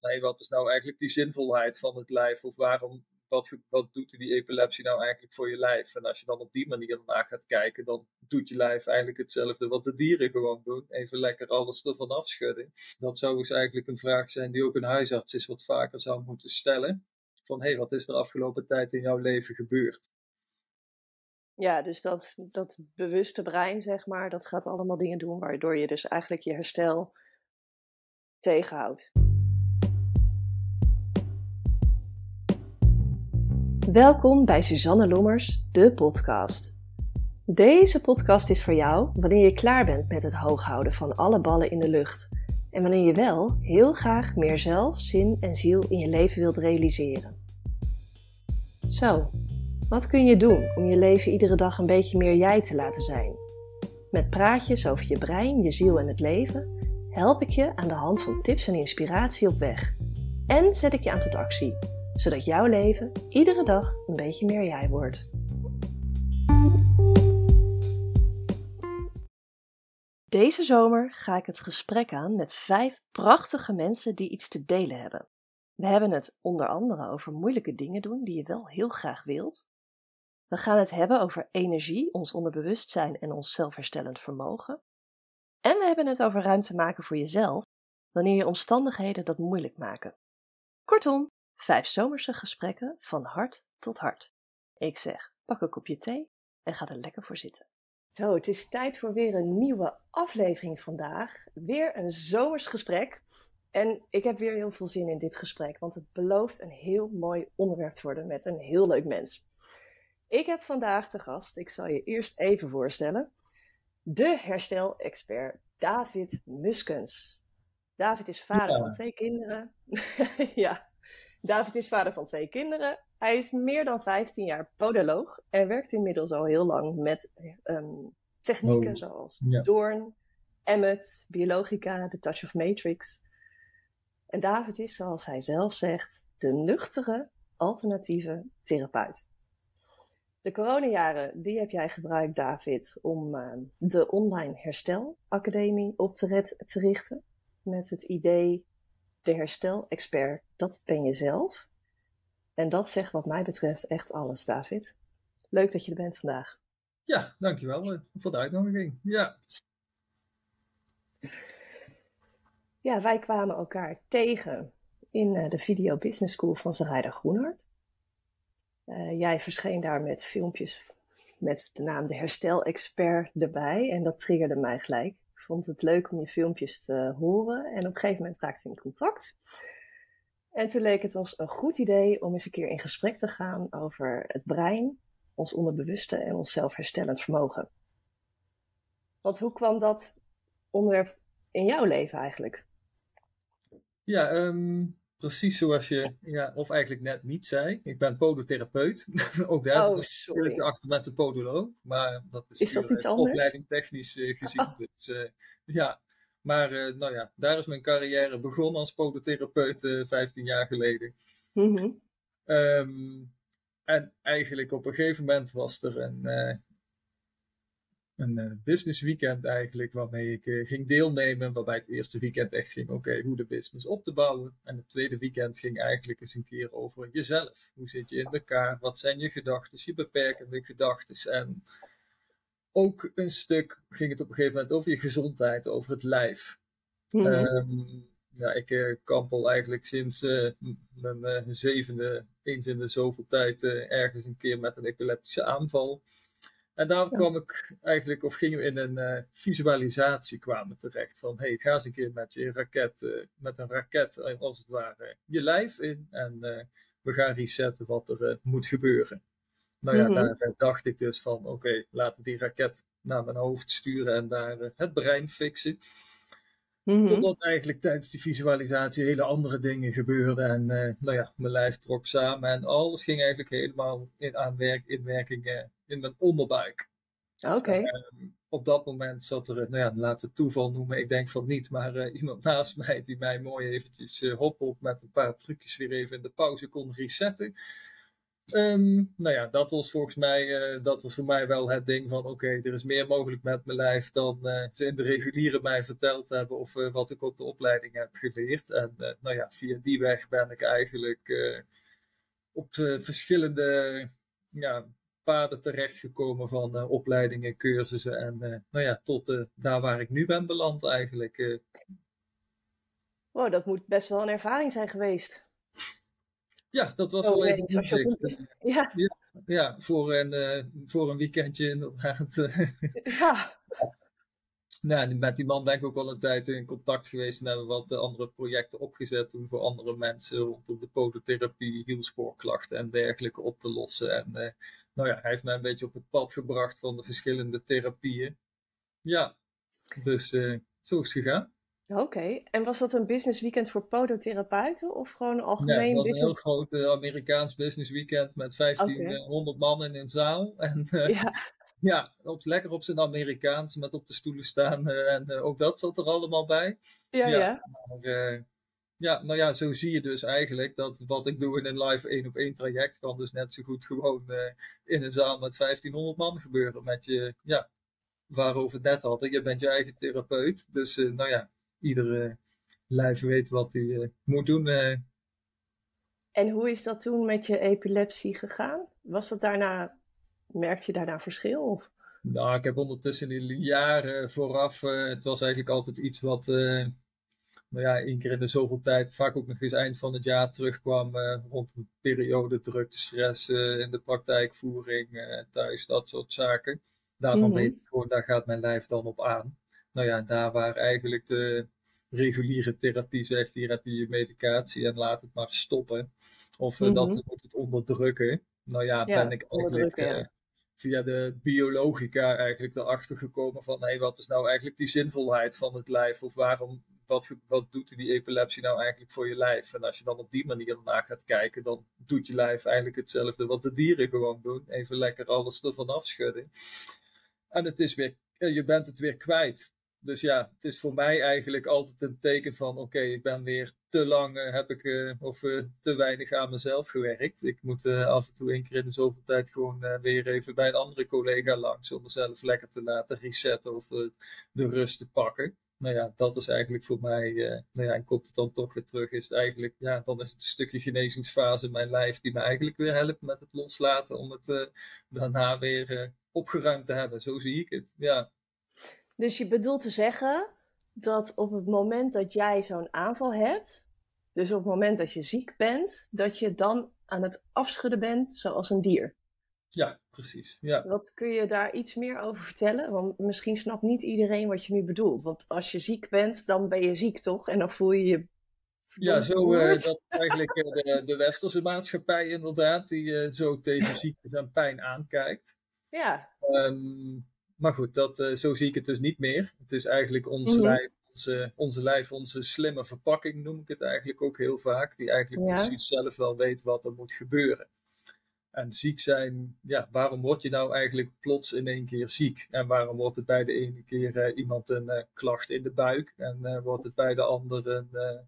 nee, wat is nou eigenlijk die zinvolheid van het lijf? Of wat doet die epilepsie nou eigenlijk voor je lijf? En als je dan op die manier naar gaat kijken, dan doet je lijf eigenlijk hetzelfde wat de dieren gewoon doen. Even lekker alles ervan afschudden. Dat zou dus eigenlijk een vraag zijn die ook een huisarts eens wat vaker zou moeten stellen. Van, hé, wat is er afgelopen tijd in jouw leven gebeurd? Ja, dus dat bewuste brein, zeg maar, dat gaat allemaal dingen doen waardoor je dus eigenlijk je herstel tegenhoudt. Welkom bij Suzanne Lommers, de podcast. Deze podcast is voor jou wanneer je klaar bent met het hooghouden van alle ballen in de lucht en wanneer je wel heel graag meer zelf, zin en ziel in je leven wilt realiseren. Zo, wat kun je doen om je leven iedere dag een beetje meer jij te laten zijn? Met praatjes over je brein, je ziel en het leven help ik je aan de hand van tips en inspiratie op weg. En zet ik je aan tot actie, zodat jouw leven iedere dag een beetje meer jij wordt. Deze zomer ga ik het gesprek aan met 5 prachtige mensen die iets te delen hebben. We hebben het onder andere over moeilijke dingen doen die je wel heel graag wilt. We gaan het hebben over energie, ons onderbewustzijn en ons zelfherstellend vermogen. En we hebben het over ruimte maken voor jezelf, wanneer je omstandigheden dat moeilijk maken. Kortom, 5 zomerse gesprekken van hart tot hart. Ik zeg, pak een kopje thee en ga er lekker voor zitten. Zo, het is tijd voor weer een nieuwe aflevering vandaag. Weer een zomers gesprek. En ik heb weer heel veel zin in dit gesprek, want het belooft een heel mooi onderwerp te worden met een heel leuk mens. Ik heb vandaag te gast, ik zal je eerst even voorstellen, de herstelexpert David Muskens. David is vader van 2 kinderen. Ja, David is vader van 2 kinderen. Hij is meer dan 15 jaar podoloog en werkt inmiddels al heel lang met technieken zoals Doorn, Emmet, Biologica, The Touch of Matrix. En David is, zoals hij zelf zegt, de nuchtere alternatieve therapeut. De coronajaren, die heb jij gebruikt, David, om de online herstelacademie op te richten. Met het idee, de herstelexpert, dat ben je zelf. En dat zegt wat mij betreft echt alles, David. Leuk dat je er bent vandaag. Ja, dankjewel voor de uitnodiging. Ja, wij kwamen elkaar tegen in de Video Business School van Sarayda Groenhart. Jij verscheen daar met filmpjes met de naam de herstelexpert erbij. En dat triggerde mij gelijk. Ik vond het leuk om je filmpjes te horen. En op een gegeven moment raakte we in contact. En toen leek het ons een goed idee om eens een keer in gesprek te gaan over het brein, ons onderbewuste en ons zelfherstellend vermogen. Want hoe kwam dat onderwerp in jouw leven eigenlijk? Ja, precies zoals je, of eigenlijk net niet zei. Ik ben podotherapeut. Ook daar is een achter met de podoloog. Maar dat is dat iets anders? Opleiding technisch gezien. Dus maar daar is mijn carrière begonnen als podotherapeut 15 jaar geleden. Mm-hmm. En eigenlijk op een gegeven moment was er een business weekend eigenlijk, waarmee ik ging deelnemen, waarbij het eerste weekend echt ging, hoe de business op te bouwen. En het tweede weekend ging eigenlijk eens een keer over jezelf. Hoe zit je in elkaar? Wat zijn je gedachten, je beperkende gedachten? En ook een stuk ging het op een gegeven moment over je gezondheid, over het lijf. Mm-hmm. Ik kampel eigenlijk sinds mijn 7e, eens in de zoveel tijd, ergens een keer met een epileptische aanval. En daar kwam ik eigenlijk, of gingen we in een visualisatie kwamen terecht. Van, ga eens een keer met een raket, als het ware, je lijf in. En we gaan resetten wat er moet gebeuren. Daar dacht ik dus van, laten we die raket naar mijn hoofd sturen en daar het brein fixen. Mm-hmm. Totdat eigenlijk tijdens die visualisatie hele andere dingen gebeurden. En mijn lijf trok samen. En alles ging eigenlijk helemaal in werking in mijn onderbuik. Op dat moment zat er, laten we het toeval noemen. Ik denk van niet, maar iemand naast mij die mij mooi eventjes hop met een paar trucjes weer even in de pauze kon resetten. Nou ja, dat was volgens mij, dat was voor mij wel het ding van oké, er is meer mogelijk met mijn lijf dan ze in de reguliere mij verteld hebben of wat ik op de opleiding heb geleerd. En nou ja, via die weg ben ik eigenlijk op verschillende ja, paden terechtgekomen van opleidingen, cursussen en nou ja, tot daar waar ik nu ben beland eigenlijk. Wow, dat moet best wel een ervaring zijn geweest. Ja, dat was Zo wel even ineens, als je op inzicht. een... Ja, Ja, ja, voor een weekendje inderdaad. ja. Nou, met die man ben ik ook wel een tijd in contact geweest en hebben wat andere projecten opgezet toen voor andere mensen rondom de podotherapie, hielspoorklachten en dergelijke op te lossen. En nou ja, hij heeft mij een beetje op het pad gebracht van de verschillende therapieën. Ja, dus zo is het gegaan. Oké. En was dat een business weekend voor podotherapeuten of gewoon een Nee, het algemeen was een heel business? groot Amerikaans business weekend met Oké. 1500 man in een zaal. En Ja, ja, lekker op zijn Amerikaans met op de stoelen staan. En ook dat zat er allemaal bij. ja, Ja, ja. maar ja, nou ja, zo zie je dus eigenlijk dat wat ik doe in een live 1-op-1 traject kan dus net zo goed gewoon in een zaal met 1500 man gebeuren. Met je, ja, waarover we het net hadden, je bent je eigen therapeut. Dus nou ja, iedere lijf weet wat hij moet doen. En hoe is dat toen met je epilepsie gegaan? Was dat daarna, merkte je daarna verschil? Of? Nou, ik heb ondertussen in de jaren vooraf, het was eigenlijk altijd iets wat, nou ja, één keer in de zoveel tijd, vaak ook nog eens eind van het jaar terugkwam rond een periode drukte, stress in de praktijkvoering, thuis, dat soort zaken. Daarvan weet Mhm. ik gewoon, daar gaat mijn lijf dan op aan. Nou ja, daar waar eigenlijk de reguliere therapie zegt, hier heb je je medicatie en laat het maar stoppen. Of Mhm. dat moet het onderdrukken. Nou ja, ben Ja, ik eigenlijk onderdrukken, ja. via de biologica eigenlijk erachter gekomen van hey, wat is nou eigenlijk die zinvolheid van het lijf of waarom, wat doet die epilepsie nou eigenlijk voor je lijf? En als je dan op die manier naar gaat kijken, dan doet je lijf eigenlijk hetzelfde wat de dieren gewoon doen. Even lekker alles ervan afschudden. En het is weer, je bent het weer kwijt. Dus ja, het is voor mij eigenlijk altijd een teken van oké, ik ben weer te lang heb ik of te weinig aan mezelf gewerkt. Ik moet af en toe één keer in de zoveel tijd gewoon weer even bij een andere collega langs om mezelf lekker te laten resetten of de rust te pakken. Nou ja, dat is eigenlijk voor mij, nou ja, en komt het dan toch weer terug, is het eigenlijk, ja, dan is het een stukje genezingsfase in mijn lijf die me eigenlijk weer helpt met het loslaten om het daarna weer opgeruimd te hebben. Zo zie ik het, ja. Dus je bedoelt te zeggen dat op het moment dat jij zo'n aanval hebt, dus op het moment dat je ziek bent, dat je dan aan het afschudden bent zoals een dier. Ja, precies, ja. Wat kun je daar iets meer over vertellen? Want misschien snapt niet iedereen wat je nu bedoelt. Want als je ziek bent, dan ben je ziek, toch? En dan voel je je Ja, verdomd zo, beroerd. dat is eigenlijk de westerse maatschappij inderdaad, die zo tegen ziektes en pijn aankijkt. Ja. Ehm, maar goed, zo zie ik het dus niet meer. Het is eigenlijk ons Mhm. lijf, onze lijf, onze slimme verpakking noem ik het eigenlijk ook heel vaak, die eigenlijk Ja. precies zelf wel weet wat er moet gebeuren. En ziek zijn, ja, waarom word je nou eigenlijk plots in één keer ziek? En waarom wordt het bij de ene keer iemand een klacht in de buik en wordt het bij de ander een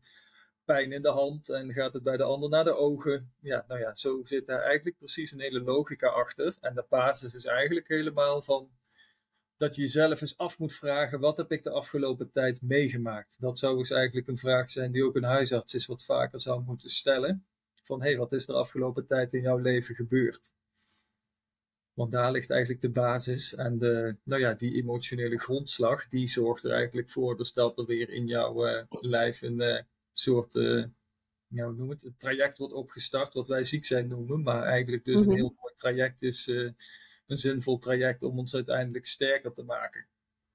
pijn in de hand en gaat het bij de ander naar de ogen? Ja, nou ja, zo zit daar eigenlijk precies een hele logica achter. En de basis is eigenlijk helemaal van dat je jezelf eens af moet vragen, wat heb ik de afgelopen tijd meegemaakt? Dat zou dus eigenlijk een vraag zijn die ook een huisarts eens wat vaker zou moeten stellen. Van, hé, wat is er de afgelopen tijd in jouw leven gebeurd? Want daar ligt eigenlijk de basis en nou ja, die emotionele grondslag, die zorgt er eigenlijk voor dus dat er weer in jouw lijf een soort, ja, hoe noem het, een traject wordt opgestart, wat wij ziek zijn noemen, maar eigenlijk dus een Mhm. heel mooi traject is, een zinvol traject om ons uiteindelijk sterker te maken.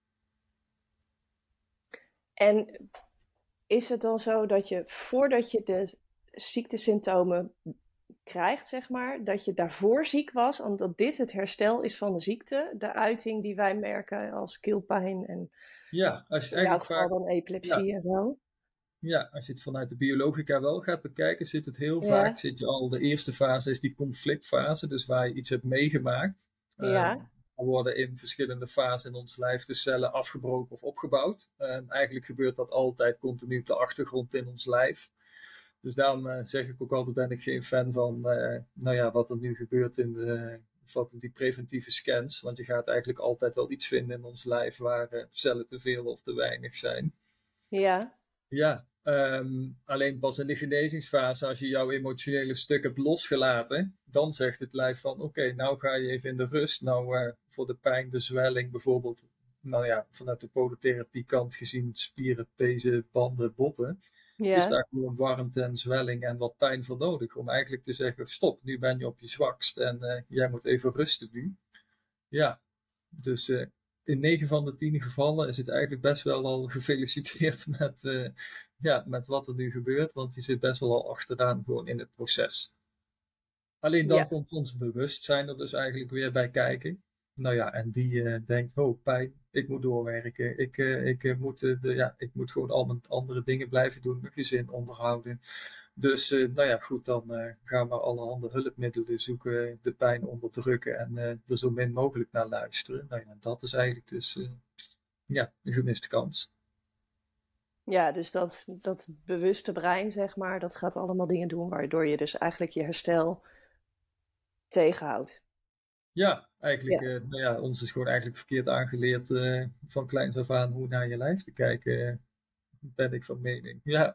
En is het dan zo dat je voordat je de ziektesymptomen krijgt, zeg maar, dat je daarvoor ziek was, omdat dit het herstel is van de ziekte, de uiting die wij merken als keelpijn en Ja, als je het in jouw eigenlijk geval vaak, dan ja, epilepsie en zo? ja, als je het vanuit de biologica wel gaat bekijken, zit het heel vaak, Ja, zit je al, de eerste fase is die conflictfase, dus waar je iets hebt meegemaakt. ja, Er worden in verschillende fasen in ons lijf de cellen afgebroken of opgebouwd. Eigenlijk gebeurt dat altijd continu op de achtergrond in ons lijf. Dus daarom zeg ik ook altijd, ben ik geen fan van nou ja, wat er nu gebeurt in die preventieve scans. Want je gaat eigenlijk altijd wel iets vinden in ons lijf waar cellen te veel of te weinig zijn. Ja. Ja, alleen pas in de genezingsfase, als je jouw emotionele stuk hebt losgelaten, dan zegt het lijf van oké, nou ga je even in de rust. Nou, voor de pijn, de zwelling bijvoorbeeld, nou ja, vanuit de podotherapie kant gezien, spieren, pezen, banden, botten, is Ja. daar gewoon warmte en zwelling en wat pijn voor nodig. Om eigenlijk te zeggen, stop, nu ben je op je zwakst en jij moet even rusten nu. Ja, dus in 9 van de 10 gevallen is het eigenlijk best wel al gefeliciteerd ja, met wat er nu gebeurt, want je zit best wel al achteraan gewoon in het proces. Alleen dan Ja. komt ons bewustzijn er dus eigenlijk weer bij kijken. Nou ja, en die denkt, oh pijn, ik moet doorwerken. Ik moet gewoon al mijn andere dingen blijven doen, mijn gezin onderhouden. Dus nou ja, goed, dan gaan we allerhande hulpmiddelen zoeken, de pijn onderdrukken en er zo min mogelijk naar luisteren. Nou ja, dat is eigenlijk dus ja, een gemiste kans. Ja, dus dat bewuste brein, zeg maar, dat gaat allemaal dingen doen waardoor je dus eigenlijk je herstel tegenhoudt. Ja, eigenlijk, Ja. nou ja, ons is gewoon eigenlijk verkeerd aangeleerd van kleins af aan hoe naar je lijf te kijken, ben ik van mening. Ja.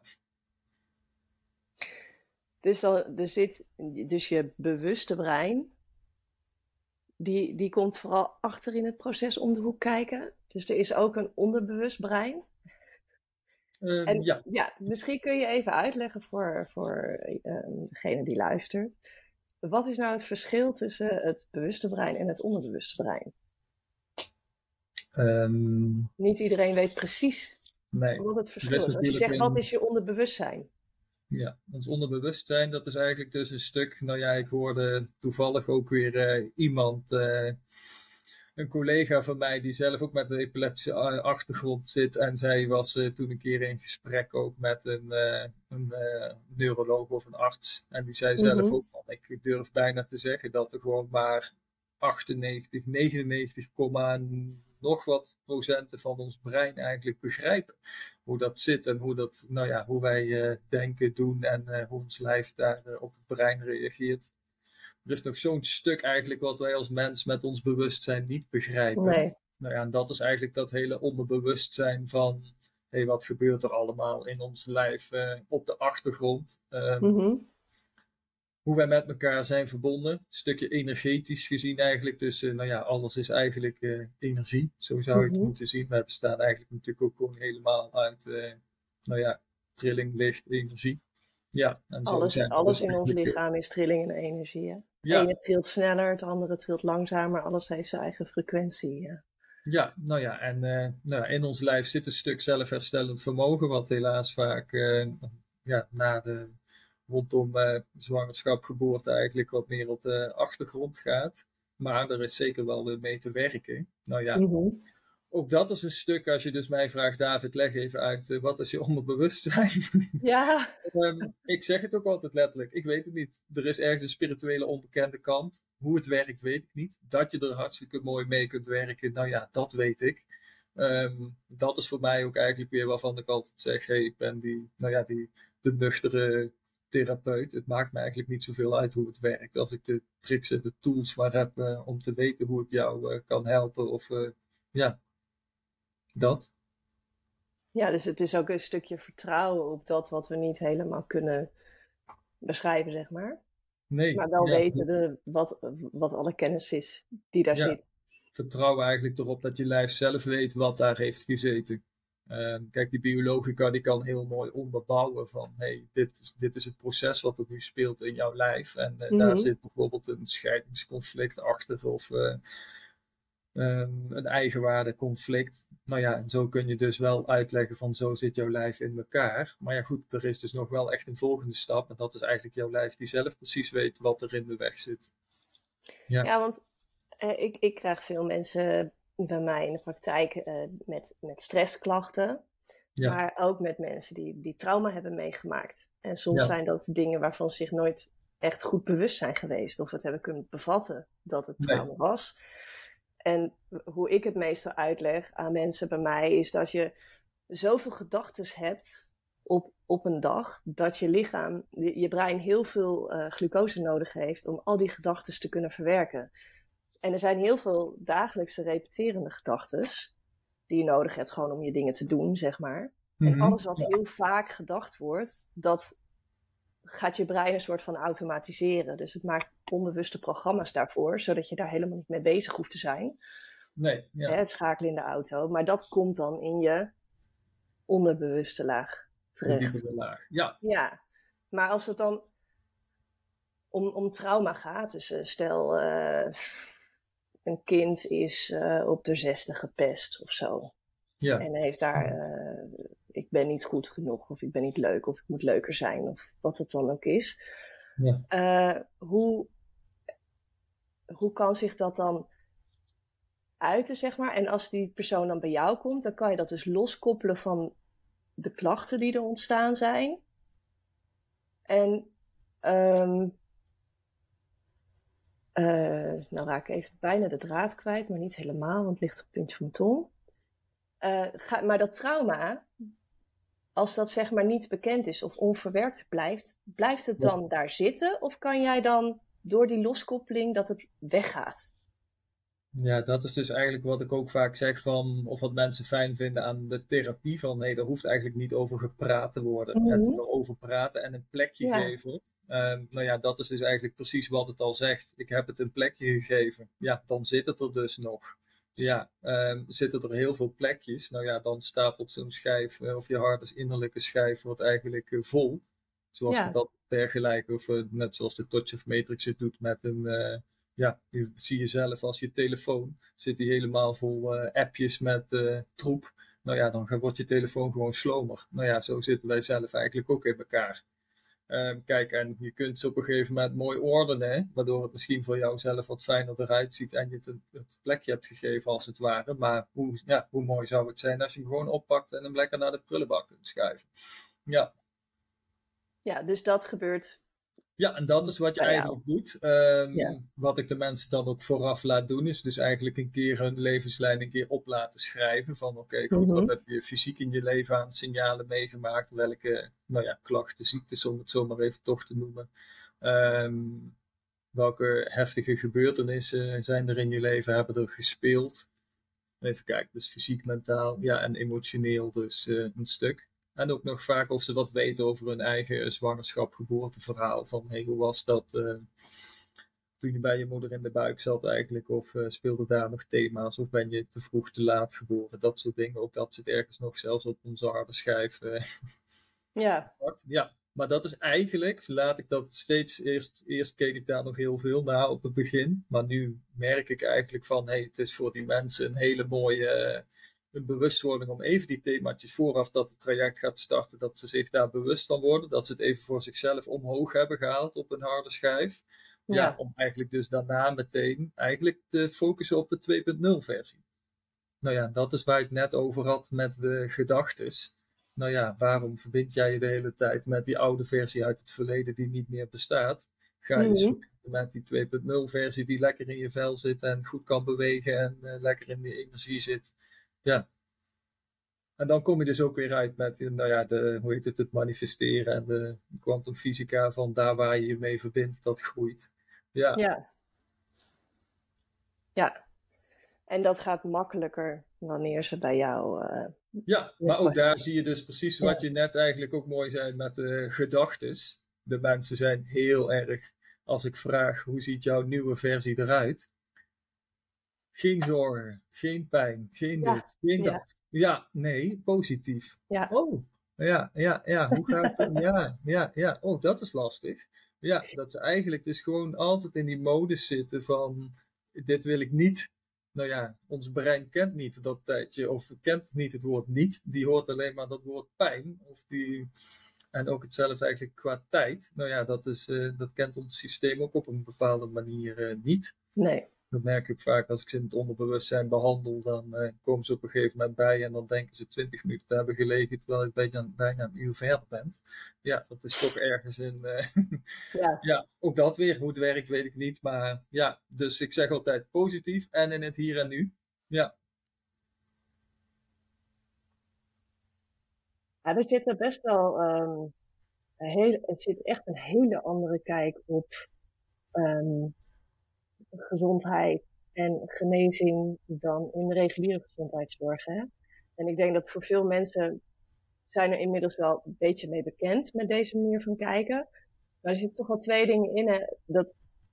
Dus je bewuste brein, die komt vooral achter in het proces om de hoek kijken. Dus er is ook een onderbewust brein. En Ja, ja, misschien kun je even uitleggen voor degene die luistert. Wat is nou het verschil tussen het bewuste brein en het onderbewuste brein? Niet iedereen weet precies nee. wat het Er verschil is is. Als je natuurlijk zegt, wat is je onderbewustzijn? ja, ons onderbewustzijn, dat is eigenlijk dus een stuk. Nou ja, ik hoorde toevallig ook weer iemand, een collega van mij, die zelf ook met een epileptische achtergrond zit. En zij was toen een keer in gesprek ook met een neuroloog of een arts. En die zei zelf Mhm. ook van, ik durf bijna te zeggen dat er gewoon maar 98, 99, nog wat procenten van ons brein eigenlijk begrijpen hoe dat zit en hoe dat, nou ja, hoe wij denken, doen en hoe ons lijf daar op het brein reageert. Er is nog zo'n stuk eigenlijk wat wij als mens met ons bewustzijn niet begrijpen. Nee. Nou ja, en dat is eigenlijk dat hele onderbewustzijn van, hé, wat gebeurt er allemaal in ons lijf op de achtergrond? Mhm. Hoe wij met elkaar zijn verbonden. Een stukje energetisch gezien eigenlijk. Dus nou ja, alles is eigenlijk energie. Zo zou je het Mhm. moeten zien. Wij bestaan eigenlijk natuurlijk ook gewoon helemaal uit, nou ja, trilling, licht, energie. Ja, en zo zijn we Alles dus in ons eigenlijk... lichaam is trilling en energie. Hè? Het ja, ene trilt sneller, het andere trilt langzamer. Alles heeft zijn eigen frequentie. Ja. ja, nou ja, en nou ja, in ons lijf zit een stuk zelfherstellend vermogen, wat helaas vaak ja, rondom zwangerschap, geboorte eigenlijk wat meer op de achtergrond gaat. Maar er is zeker wel weer mee te werken. Nou ja, Mhm. ook dat is een stuk, als je dus mij vraagt, David, leg even uit, wat is je onderbewustzijn? Ja. Ik zeg het ook altijd letterlijk, ik weet het niet. Er is ergens een spirituele onbekende kant. Hoe het werkt, weet ik niet. Dat je er hartstikke mooi mee kunt werken, nou ja, dat weet ik. Dat is voor mij ook eigenlijk weer waarvan ik altijd zeg, hey, ik ben nou ja, de nuchtere therapeut. Het maakt me eigenlijk niet zoveel uit hoe het werkt. Als ik de tricks en de tools maar heb om te weten hoe ik jou kan helpen of ja, dat. Ja, dus het is ook een stukje vertrouwen op dat wat we niet helemaal kunnen beschrijven, zeg maar. Nee, Maar wel ja, weten wat alle kennis is die daar ja. zit. Vertrouwen eigenlijk erop dat je lijf zelf weet wat daar heeft gezeten. Kijk, die biologica die kan heel mooi onderbouwen van, hey, dit is het proces wat er nu speelt in jouw lijf. En daar Mhm. zit bijvoorbeeld een scheidingsconflict achter of een eigenwaardeconflict. Nou ja, en zo kun je dus wel uitleggen van zo zit jouw lijf in elkaar. Maar ja goed, er is dus nog wel echt een volgende stap. En dat is eigenlijk jouw lijf die zelf precies weet wat er in de weg zit. Ja, Ja, want ik krijg veel mensen bij mij in de praktijk met stressklachten. ja, Maar ook met mensen die trauma hebben meegemaakt. En soms ja, zijn dat dingen waarvan ze zich nooit echt goed bewust zijn geweest. Of het hebben kunnen bevatten dat het nee, trauma was. En hoe ik het meestal uitleg aan mensen bij mij is dat je zoveel gedachten hebt op een dag dat je lichaam, je brein heel veel glucose nodig heeft om al die gedachten te kunnen verwerken. En er zijn heel veel dagelijkse repeterende gedachten die je nodig hebt gewoon om je dingen te doen, zeg maar. En alles wat heel vaak gedacht wordt, dat gaat je brein een soort van automatiseren. Dus het maakt onbewuste programma's daarvoor, zodat je daar helemaal niet mee bezig hoeft te zijn. Nee, ja. Het schakelen in de auto. Maar dat komt dan in je onderbewuste laag terecht. Diepere laag, ja. Ja, maar als het dan om trauma gaat, dus stel een kind is op de 60 gepest of zo. Ja. En heeft daar, ik ben niet goed genoeg, of ik ben niet leuk, of ik moet leuker zijn, of wat het dan ook is. Ja. Hoe kan zich dat dan uiten, zeg maar? En als die persoon dan bij jou komt, dan kan je dat dus loskoppelen van de klachten die er ontstaan zijn. En nou raak ik even bijna de draad kwijt, maar niet helemaal, want het ligt op het puntje van mijn tong. Maar dat trauma, als dat zeg maar niet bekend is of onverwerkt blijft het dan daar zitten? Of kan jij dan door die loskoppeling dat het weggaat? Ja, dat is dus eigenlijk wat ik ook vaak zeg van, of wat mensen fijn vinden aan de therapie van, nee, er hoeft eigenlijk niet over gepraat te worden. Het erover praten en een plekje geven. Nou ja, dat is dus eigenlijk precies wat het al zegt. Ik heb het een plekje gegeven. Ja, dan zit het er dus nog. Ja, zitten er heel veel plekjes. Nou ja, dan stapelt zo'n schijf, of je harde innerlijke schijf, wordt eigenlijk vol. Zoals je dat vergelijkt, of net zoals de Touch of Matrix het doet met een... ja, je zie je zelf als je telefoon zit die helemaal vol appjes met troep. Nou ja, dan wordt je telefoon gewoon slomer. Nou ja, zo zitten wij zelf eigenlijk ook in elkaar. Kijk, en je kunt ze op een gegeven moment mooi ordenen, hè, waardoor het misschien voor jou zelf wat fijner eruit ziet en je het plekje hebt gegeven als het ware. Maar hoe mooi zou het zijn als je hem gewoon oppakt en hem lekker naar de prullenbak kunt schuiven. Ja. Ja, dus dat gebeurt. Ja, en dat is wat je eigenlijk doet. Wat ik de mensen dan ook vooraf laat doen, is dus eigenlijk een keer hun levenslijn een keer op laten schrijven. Van oké, goed, wat heb je fysiek in je leven aan signalen meegemaakt? Welke klachten, ziektes, om het zo maar even toch te noemen. Welke heftige gebeurtenissen zijn er in je leven, hebben er gespeeld? Even kijken, dus fysiek, mentaal, en emotioneel dus een stuk. En ook nog vaak of ze wat weten over hun eigen zwangerschap, geboorteverhaal. Van hey, hoe was dat toen je bij je moeder in de buik zat eigenlijk? Of speelden daar nog thema's? Of ben je te vroeg, te laat geboren? Dat soort dingen. Ook dat zit ergens nog zelfs op onze harde schijf. Ja. Ja, maar dat is eigenlijk, laat ik dat steeds, eerst keek ik daar nog heel veel naar op het begin. Maar nu merk ik eigenlijk van, hey, het is voor die mensen een hele mooie... een bewustwording om even die themaatjes vooraf dat het traject gaat starten, dat ze zich daar bewust van worden, dat ze het even voor zichzelf omhoog hebben gehaald op een harde schijf. Ja, om eigenlijk dus daarna meteen eigenlijk te focussen op de 2.0 versie. Nou ja, dat is waar ik het net over had met de gedachtes. Nou ja, waarom verbind jij je de hele tijd met die oude versie uit het verleden die niet meer bestaat? Ga je zoeken met die 2.0 versie die lekker in je vel zit en goed kan bewegen en lekker in de energie zit. Ja. En dan kom je dus ook weer uit met, het manifesteren en de kwantumfysica van daar waar je je mee verbindt, dat groeit. Ja. Ja. En dat gaat makkelijker wanneer ze bij jou... ja, maar ook daar zie je dus precies wat je net eigenlijk ook mooi zei met de gedachtes. De mensen zijn heel erg, als ik vraag, hoe ziet jouw nieuwe versie eruit? Geen zorgen, geen pijn, geen dit, geen dat. Ja, nee, positief. Ja. Oh, ja, hoe gaat het? Ja, oh, dat is lastig. Ja, dat ze eigenlijk dus gewoon altijd in die modus zitten van, dit wil ik niet. Nou ja, ons brein kent niet dat tijdje, of kent niet het woord niet. Die hoort alleen maar dat woord pijn. En ook hetzelfde eigenlijk qua tijd. Nou ja, dat kent ons systeem ook op een bepaalde manier niet. Nee. Dat merk ik vaak als ik ze in het onderbewustzijn behandel. Dan komen ze op een gegeven moment bij en dan denken ze 20 minuten te hebben gelegen terwijl ik bijna een uur verder ben. Ja, dat is toch ergens een... ja, ook dat weer. Hoe het werkt weet ik niet. Maar ja, dus ik zeg altijd positief en in het hier en nu. Ja. Ja, en Ja, er zit er best wel er zit echt een hele andere kijk op ehm, gezondheid en genezing dan in de reguliere gezondheidszorg. Hè? En ik denk dat voor veel mensen zijn er inmiddels wel een beetje mee bekend met deze manier van kijken. Maar er zitten toch wel twee dingen in. Hè? Dat,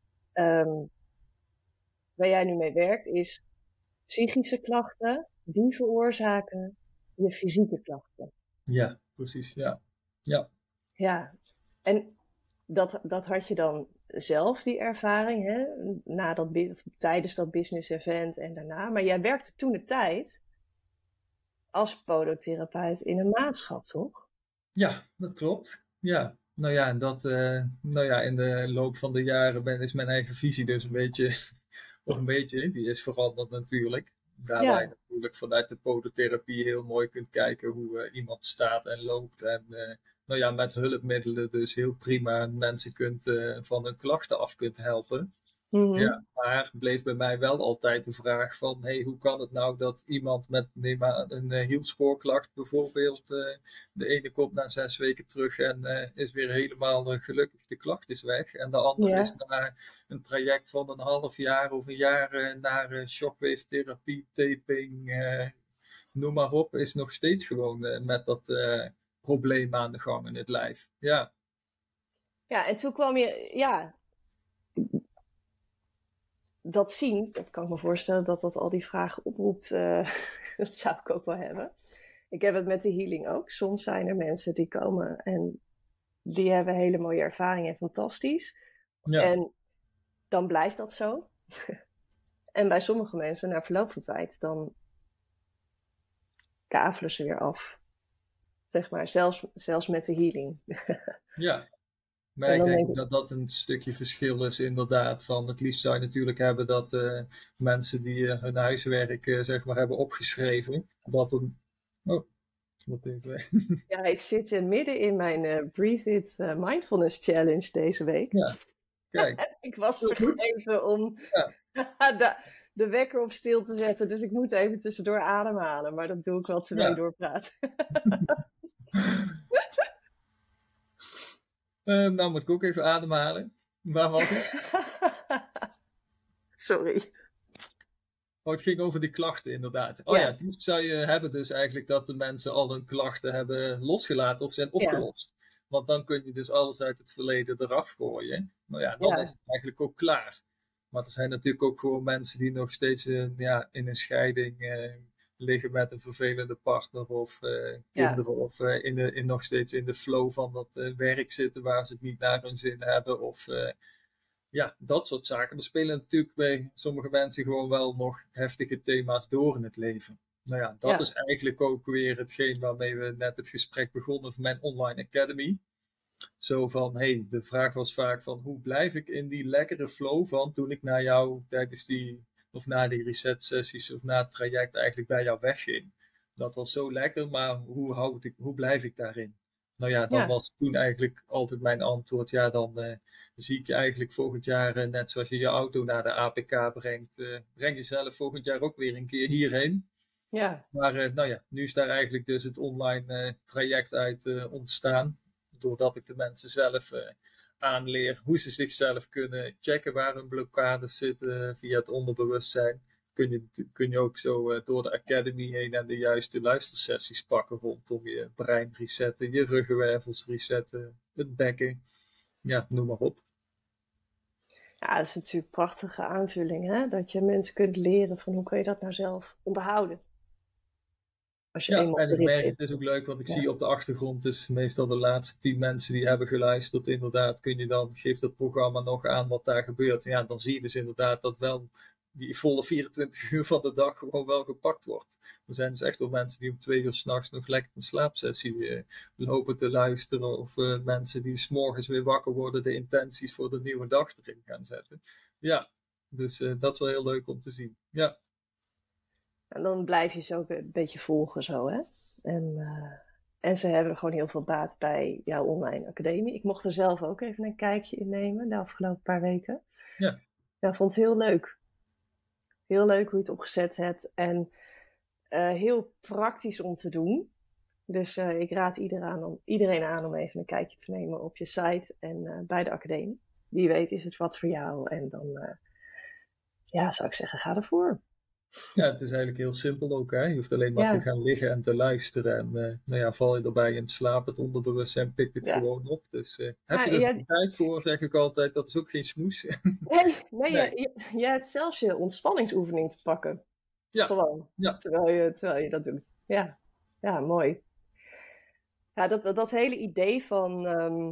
waar jij nu mee werkt is psychische klachten, die veroorzaken je fysieke klachten. Ja, precies. Ja. Ja. Ja, en dat had je dan zelf, die ervaring, hè? Tijdens dat business event en daarna. Maar jij werkte toen de tijd als podotherapeut in een maatschap, toch? Ja, dat klopt. Ja. Nou ja, en dat, nou ja, in de loop van de jaren is mijn eigen visie dus een beetje, of een beetje, die is veranderd natuurlijk. Daar waar je Ja, natuurlijk vanuit de podotherapie heel mooi kunt kijken hoe iemand staat en loopt. En nou ja, met hulpmiddelen dus heel prima mensen van hun klachten af kunt helpen. Ja, mhm. maar bleef bij mij wel altijd de vraag van, hey, hoe kan het nou dat iemand met neem maar een hielspoorklacht bijvoorbeeld, de ene komt na 6 weken terug en is weer helemaal gelukkig, de klacht is weg. En de ander is Ja, na een traject van een half jaar of een jaar naar shockwave therapie, taping, noem maar op, is nog steeds gewoon met dat probleem aan de gang in het lijf. Ja, ja, en toen kwam je, ja, dat zien, dat kan ik me voorstellen dat dat al die vragen oproept. Dat zou ik ook wel hebben. Ik heb het met de healing ook. Soms zijn er mensen die komen en die hebben hele mooie ervaringen, fantastisch. ja, En dan blijft dat zo. En bij sommige mensen, na verloop van tijd, dan kavelen ze weer af. Zeg maar, zelfs met de healing. ja. Maar En ik dan denk denk ook ik, dat dat een stukje verschil is, inderdaad. Van het liefst zou je natuurlijk hebben dat mensen die hun huiswerk zeg maar hebben opgeschreven, dat een. Oh, wat even. ja, ik zit midden in mijn Breathe It Mindfulness Challenge deze week. Ja, kijk, Ik was heel goed. vergeten om Ja, de wekker op stil te zetten, dus ik moet even tussendoor ademhalen. Maar dat doe ik wel terwijl je ja. doorpraat. Nou moet ik ook even ademhalen. Waar was ik? Sorry. Oh, het ging over die klachten, inderdaad. Oh ja, Ja, het liefst zou je hebben dus eigenlijk dat de mensen al hun klachten hebben losgelaten of zijn ja, opgelost. Want dan kun je dus alles uit het verleden eraf gooien. Nou ja, dan is ja, het eigenlijk ook klaar. Maar er zijn natuurlijk ook gewoon mensen die nog steeds ja, in een scheiding liggen met een vervelende partner of ja, kinderen. Of nog steeds in de flow van dat werk zitten waar ze het niet naar hun zin hebben. Of ja, dat soort zaken. Er spelen natuurlijk bij sommige mensen gewoon wel nog heftige thema's door in het leven. Nou ja, dat is ja, eigenlijk ook weer hetgeen waarmee we net het gesprek begonnen van mijn online academy. Zo van, hey, de vraag was vaak van, hoe blijf ik in die lekkere flow van toen ik naar jou tijdens die, of na die reset sessies of na het traject eigenlijk bij jou wegging. Dat was zo lekker, maar hoe blijf ik daarin? Nou ja, dan ja. was toen eigenlijk altijd mijn antwoord, ja, dan zie ik je eigenlijk volgend jaar, net zoals je je auto naar de APK brengt, breng jezelf volgend jaar ook weer een keer hierheen. Ja, Maar nou ja, nu is daar eigenlijk dus het online traject uit ontstaan. Doordat ik de mensen zelf aanleer hoe ze zichzelf kunnen checken waar hun blokkades zitten via het onderbewustzijn. Kun je ook zo door de academy heen en de juiste luistersessies pakken rondom je brein resetten, je ruggenwervels resetten, het bekken. Ja, noem maar op. ja, dat is natuurlijk een prachtige aanvulling, hè? Dat je mensen kunt leren van hoe kun je dat nou zelf onderhouden. Als je Ja, eenmaal op en de ik rit merk zit. het is ook leuk, want ik Ja, zie op de achtergrond, dus meestal de laatste 10 mensen die hebben geluisterd, inderdaad, geeft het programma nog aan wat daar gebeurt. En ja, dan zie je dus inderdaad dat wel die volle 24 uur van de dag gewoon wel gepakt wordt. Er zijn dus echt wel mensen die om 2 uur s'nachts nog lekker een slaapsessie lopen te luisteren, of mensen die 's morgens weer wakker worden, de intenties voor de nieuwe dag erin gaan zetten. Ja, dus dat is wel heel leuk om te zien. Ja, en dan blijf je ze ook een beetje volgen zo, hè? En, en ze hebben gewoon heel veel baat bij jouw online academie. Ik mocht er zelf ook even een kijkje in nemen de afgelopen paar weken. ja, Ja, ik vond het heel leuk. Heel leuk hoe je het opgezet hebt. En heel praktisch om te doen. Dus ik raad iedereen aan om even een kijkje te nemen op je site en bij de academie. Wie weet is het wat voor jou. En dan zou ik zeggen, ga ervoor. Ja, het is eigenlijk heel simpel ook. Hè? Je hoeft alleen maar te Ja, gaan liggen en te luisteren. En val je erbij in slaap, het onderbewustzijn pikt het ja. gewoon op. Dus heb je Ah, er ja, tijd voor, zeg ik altijd. Dat is ook geen smoes. nee, Nee. je hebt zelfs je ontspanningsoefening te pakken. Ja, Gewoon, ja. terwijl je dat doet. Ja, ja, mooi. Ja, dat hele idee van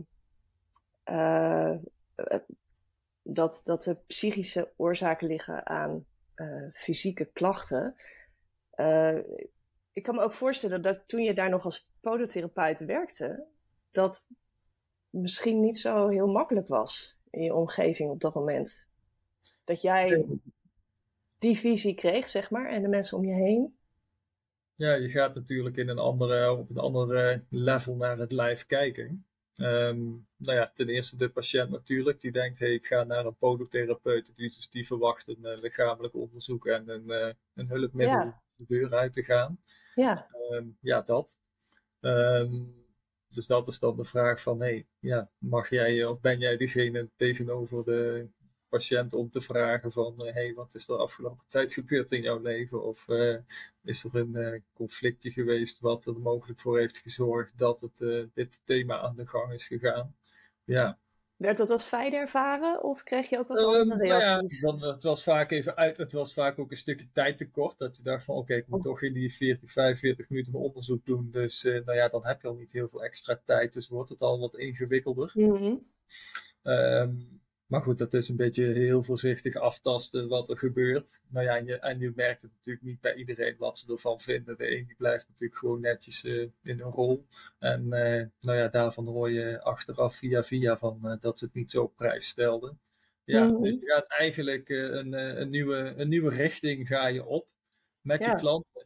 eh, eh, dat er psychische oorzaken liggen aan fysieke klachten. Ik kan me ook voorstellen dat toen je daar nog als podotherapeut werkte, dat misschien niet zo heel makkelijk was in je omgeving op dat moment. Dat jij die visie kreeg, zeg maar, en de mensen om je heen. Ja, je gaat natuurlijk op een andere level naar het lijf kijken. Ten eerste de patiënt natuurlijk, die denkt, hey, ik ga naar een podotherapeut. Die verwacht een lichamelijk onderzoek en een hulpmiddel om Ja, de deur uit te gaan. ja, Ja, dat. Ehm, dus dat is dan de vraag van, hey, ja, mag jij of ben jij degene tegenover de patiënt om te vragen van, hey, wat is er de afgelopen tijd gebeurd in jouw leven? Of is er een conflictje geweest wat er mogelijk voor heeft gezorgd dat dit thema aan de gang is gegaan? Ja. werd dat als fijn ervaren of kreeg je ook wel eens andere reacties? Het was vaak even uit. Het was vaak ook een stukje tijd tekort. Dat je dacht van oké, ik moet toch in die 40, 45 minuten mijn onderzoek doen. Dus dan heb je al niet heel veel extra tijd. Dus wordt het al wat ingewikkelder. Mhm. Ehm, maar goed, dat is een beetje heel voorzichtig aftasten wat er gebeurt. En je merkt het natuurlijk niet bij iedereen wat ze ervan vinden. De een die blijft natuurlijk gewoon netjes in een rol. En daarvan hoor je achteraf via van dat ze het niet zo op prijs stelden. Ja, dus Mhm. je gaat eigenlijk een nieuwe richting ga je op met je Ja, klanten.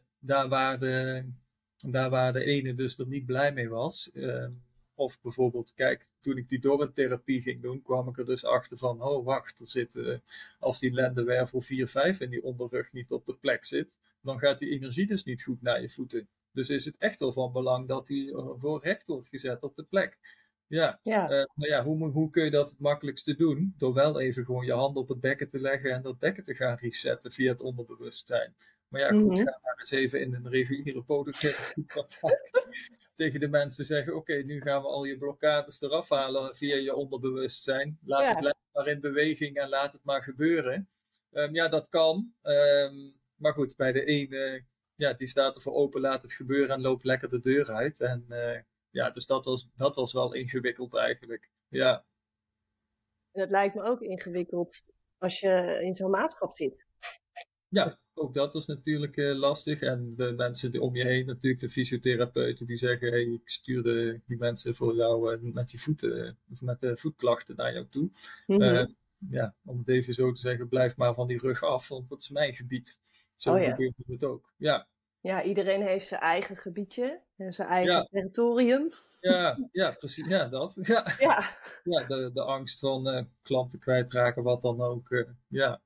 Daar waar de ene dus er niet blij mee was. Of bijvoorbeeld, kijk, toen ik die dorentherapie ging doen, kwam ik er dus achter van, oh wacht, er zit, als die lendenwervel 4-5 in die onderrug niet op de plek zit, dan gaat die energie dus niet goed naar je voeten. Dus is het echt wel van belang dat die voor recht wordt gezet op de plek. Ja, ja. hoe kun je dat het makkelijkste doen? Door wel even gewoon je hand op het bekken te leggen en dat bekken te gaan resetten via het onderbewustzijn. Maar ja, goed, Mhm. ga maar eens even in een reguliere podotherapiepraktijk tegen de mensen zeggen, oké, nu gaan we al je blokkades eraf halen via je onderbewustzijn. Laat het Ja, lijf maar in beweging en laat het maar gebeuren. Ja, dat kan. Maar goed, bij de ene, die staat ervoor open, laat het gebeuren en loopt lekker de deur uit. En dus dat was wel ingewikkeld eigenlijk. Ja. en het lijkt me ook ingewikkeld als je in zo'n maatschap zit. Ja, ook dat is natuurlijk lastig. En de mensen die om je heen, natuurlijk de fysiotherapeuten, die zeggen: hey, ik stuur die mensen voor jou met je voeten, of met de voetklachten naar jou toe. Mhm. Om het even zo te zeggen, blijf maar van die rug af, want dat is mijn gebied. Oh Zo ja. gebeurt het ook. Ja, Ja, iedereen heeft zijn eigen gebiedje en zijn eigen ja, territorium. ja, precies. Ja, dat. Ja, Ja, ja de angst van klanten kwijtraken, wat dan ook. Ja,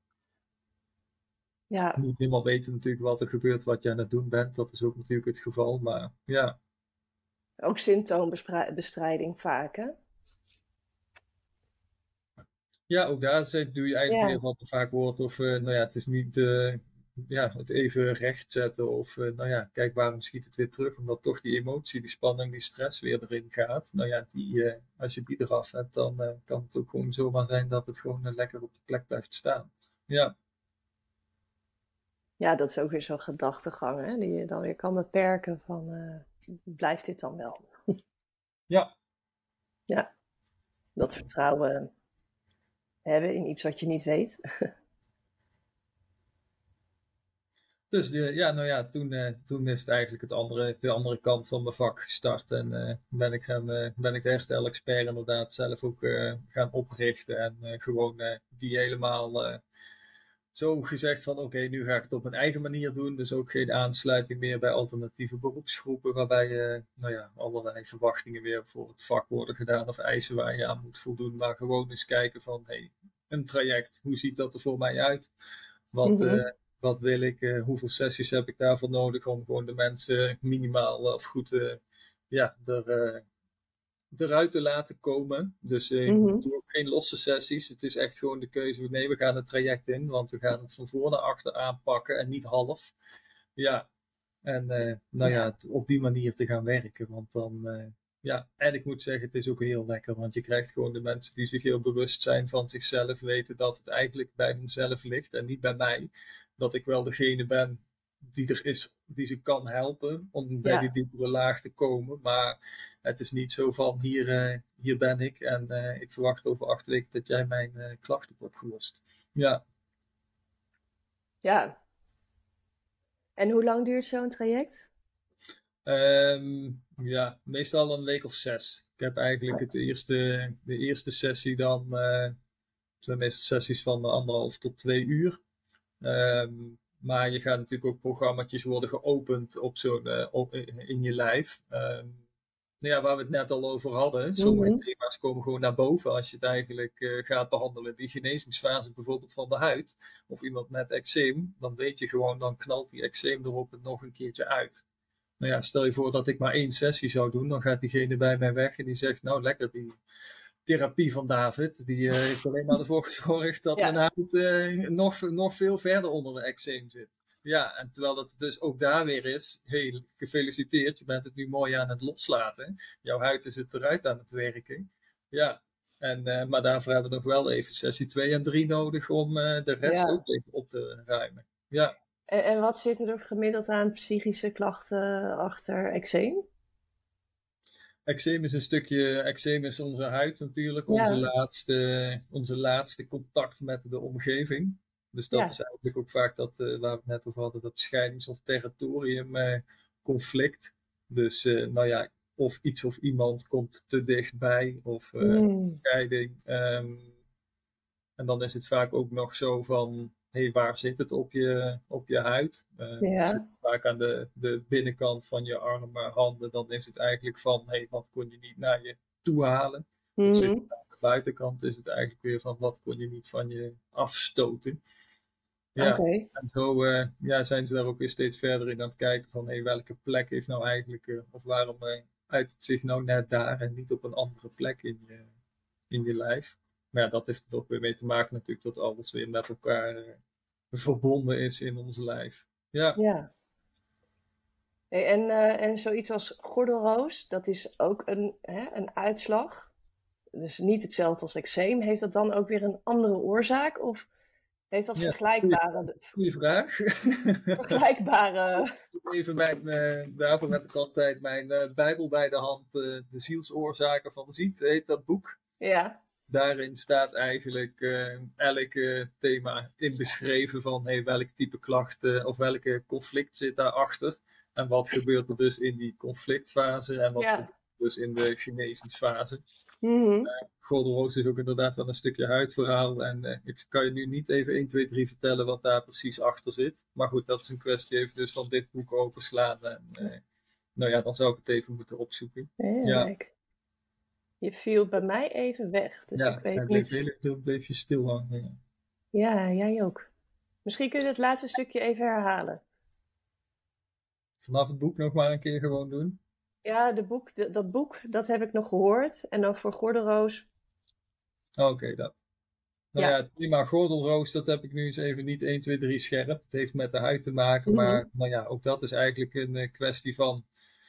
ja, niet helemaal weten natuurlijk wat er gebeurt, wat je aan het doen bent. Dat is ook natuurlijk het geval. Maar ja. ook symptoombestrijding vaak, hè? Ja, ook daar doe je eigenlijk Ja, weer wat er vaak wordt. Of het is niet het even rechtzetten. Of kijk, waarom schiet het weer terug? Omdat toch die emotie, die spanning, die stress weer erin gaat. Als je die eraf hebt, dan kan het ook gewoon zomaar zijn dat het gewoon lekker op de plek blijft staan. Ja, ja, dat is ook weer zo'n gedachtegang, hè? Die je dan weer kan beperken van, blijft dit dan wel? ja. Ja, dat vertrouwen hebben in iets wat je niet weet. Dus toen is het eigenlijk de andere kant van mijn vak gestart. En ben ik de herstelexpert inderdaad zelf ook gaan oprichten. En gewoon die helemaal zo gezegd van oké, nu ga ik het op mijn eigen manier doen. Dus ook geen aansluiting meer bij alternatieve beroepsgroepen. Waarbij allerlei verwachtingen weer voor het vak worden gedaan. Of eisen waar je aan moet voldoen. Maar gewoon eens kijken van hey, een traject. Hoe ziet dat er voor mij uit? Wat, Mhm. wat wil ik? Hoeveel sessies heb ik daarvoor nodig om gewoon de mensen minimaal of goed ja, eruit te laten komen. Dus ik Mhm. doe ook geen losse sessies. Het is echt gewoon de keuze. Nee, we gaan het traject in, want we gaan het van voor naar achter aanpakken en niet half. Ja, en nou Ja. ja, op die manier te gaan werken. Want dan, ja, en ik moet zeggen, het is ook heel lekker. Want je krijgt gewoon de mensen die zich heel bewust zijn van zichzelf, weten dat het eigenlijk bij hunzelf ligt en niet bij mij. Dat ik wel degene ben die er is, die ze kan helpen om bij die Ja. diepere laag te komen. Maar het is niet zo van hier ben ik en ik verwacht over 8 weken dat jij mijn klachten hebt opgelost. Ja. Ja. En hoe lang duurt zo'n traject? Ja, meestal een week of 6. Ik heb eigenlijk de eerste sessie dan, het zijn meestal sessies van 1,5 tot 2 uur. Ehm, maar je gaat natuurlijk ook programma's worden geopend op in je lijf. Nou ja, waar we het net al over hadden. Sommige Mhm. thema's komen gewoon naar boven als je het eigenlijk gaat behandelen. Die genezingsfase bijvoorbeeld van de huid. Of iemand met eczeem. Dan weet je gewoon, dan knalt die eczeem erop het nog een keertje uit. Nou ja, stel je voor dat ik maar 1 sessie zou doen. Dan gaat diegene bij mij weg en die zegt, nou lekker die therapie van David. Die heeft alleen maar ervoor gezorgd dat mijn Ja. huid nog veel verder onder de eczeem zit. Ja, en terwijl dat dus ook daar weer is, hey, gefeliciteerd, je bent het nu mooi aan het loslaten. Jouw huid is het eruit aan het werken. Ja, maar daarvoor hebben we nog wel even sessie 2 en 3 nodig om de rest ook Ja. even op te ruimen. Ja, En wat zitten er gemiddeld aan psychische klachten achter eczeem? eczeem is eczeem is onze huid natuurlijk, Ja. onze laatste contact met de omgeving. Dus dat is Ja. eigenlijk ook vaak waar we het net over hadden, dat scheidings- of territoriumconflict. Dus nou ja, of iets of iemand komt te dichtbij, of Mm. scheiding. En dan is het vaak ook nog zo van, hey, waar zit het op je huid? Zit Ja. het vaak aan de binnenkant van je armen, handen, dan is het eigenlijk van, hey, wat kon je niet naar je toe halen? Of zit het Mhm. aan de buitenkant, is het eigenlijk weer van, wat kon je niet van je afstoten? Ja, Oké. en zo ja, zijn ze daar ook weer steeds verder in aan het kijken van, hey, welke plek heeft nou eigenlijk, of waarom uit het zich nou net daar en niet op een andere plek in je lijf? Maar ja, dat heeft er ook weer mee te maken natuurlijk dat alles weer met elkaar verbonden is in ons lijf. Ja, Ja. Hey, en zoiets als gordelroos, dat is ook een uitslag. Dus niet hetzelfde als eczeem. Heeft dat dan ook weer een andere oorzaak? Of heeft dat ja, goede vraag. vergelijkbare... Even daarvoor heb ik altijd mijn Bijbel bij de hand, De zielsoorzaken van de ziekte heet dat boek. Ja. Daarin staat eigenlijk elk thema in beschreven van hey, welk type klachten of welke conflict zit daarachter. En wat gebeurt er dus in die conflictfase en wat gebeurt Ja. er dus in de genezingsfase. Mhm. Gordelroos is ook inderdaad wel een stukje huidverhaal. En ik kan je nu niet even 1, 2, 3 vertellen wat daar precies achter zit. Maar goed, dat is een kwestie even dus van dit boek openslaan. En nou ja, dan zou ik het even moeten opzoeken. Ja, Ja, kijk. Je viel bij mij even weg, dus ik ja, hij weet bleef heel niet. even bleef je stil hangen. Ja, jij ook. Misschien kun je het laatste stukje even herhalen. Vanaf het boek nog maar een keer gewoon doen. Ja, dat boek, dat heb ik nog gehoord. En dan voor Gordelroos. Oké, dat. Nou ja, Ja. het thema gordelroos, dat heb ik nu eens even niet 1, 2, 3 scherp. Het heeft met de huid te maken, Mhm. maar nou ja, ook dat is eigenlijk een kwestie van.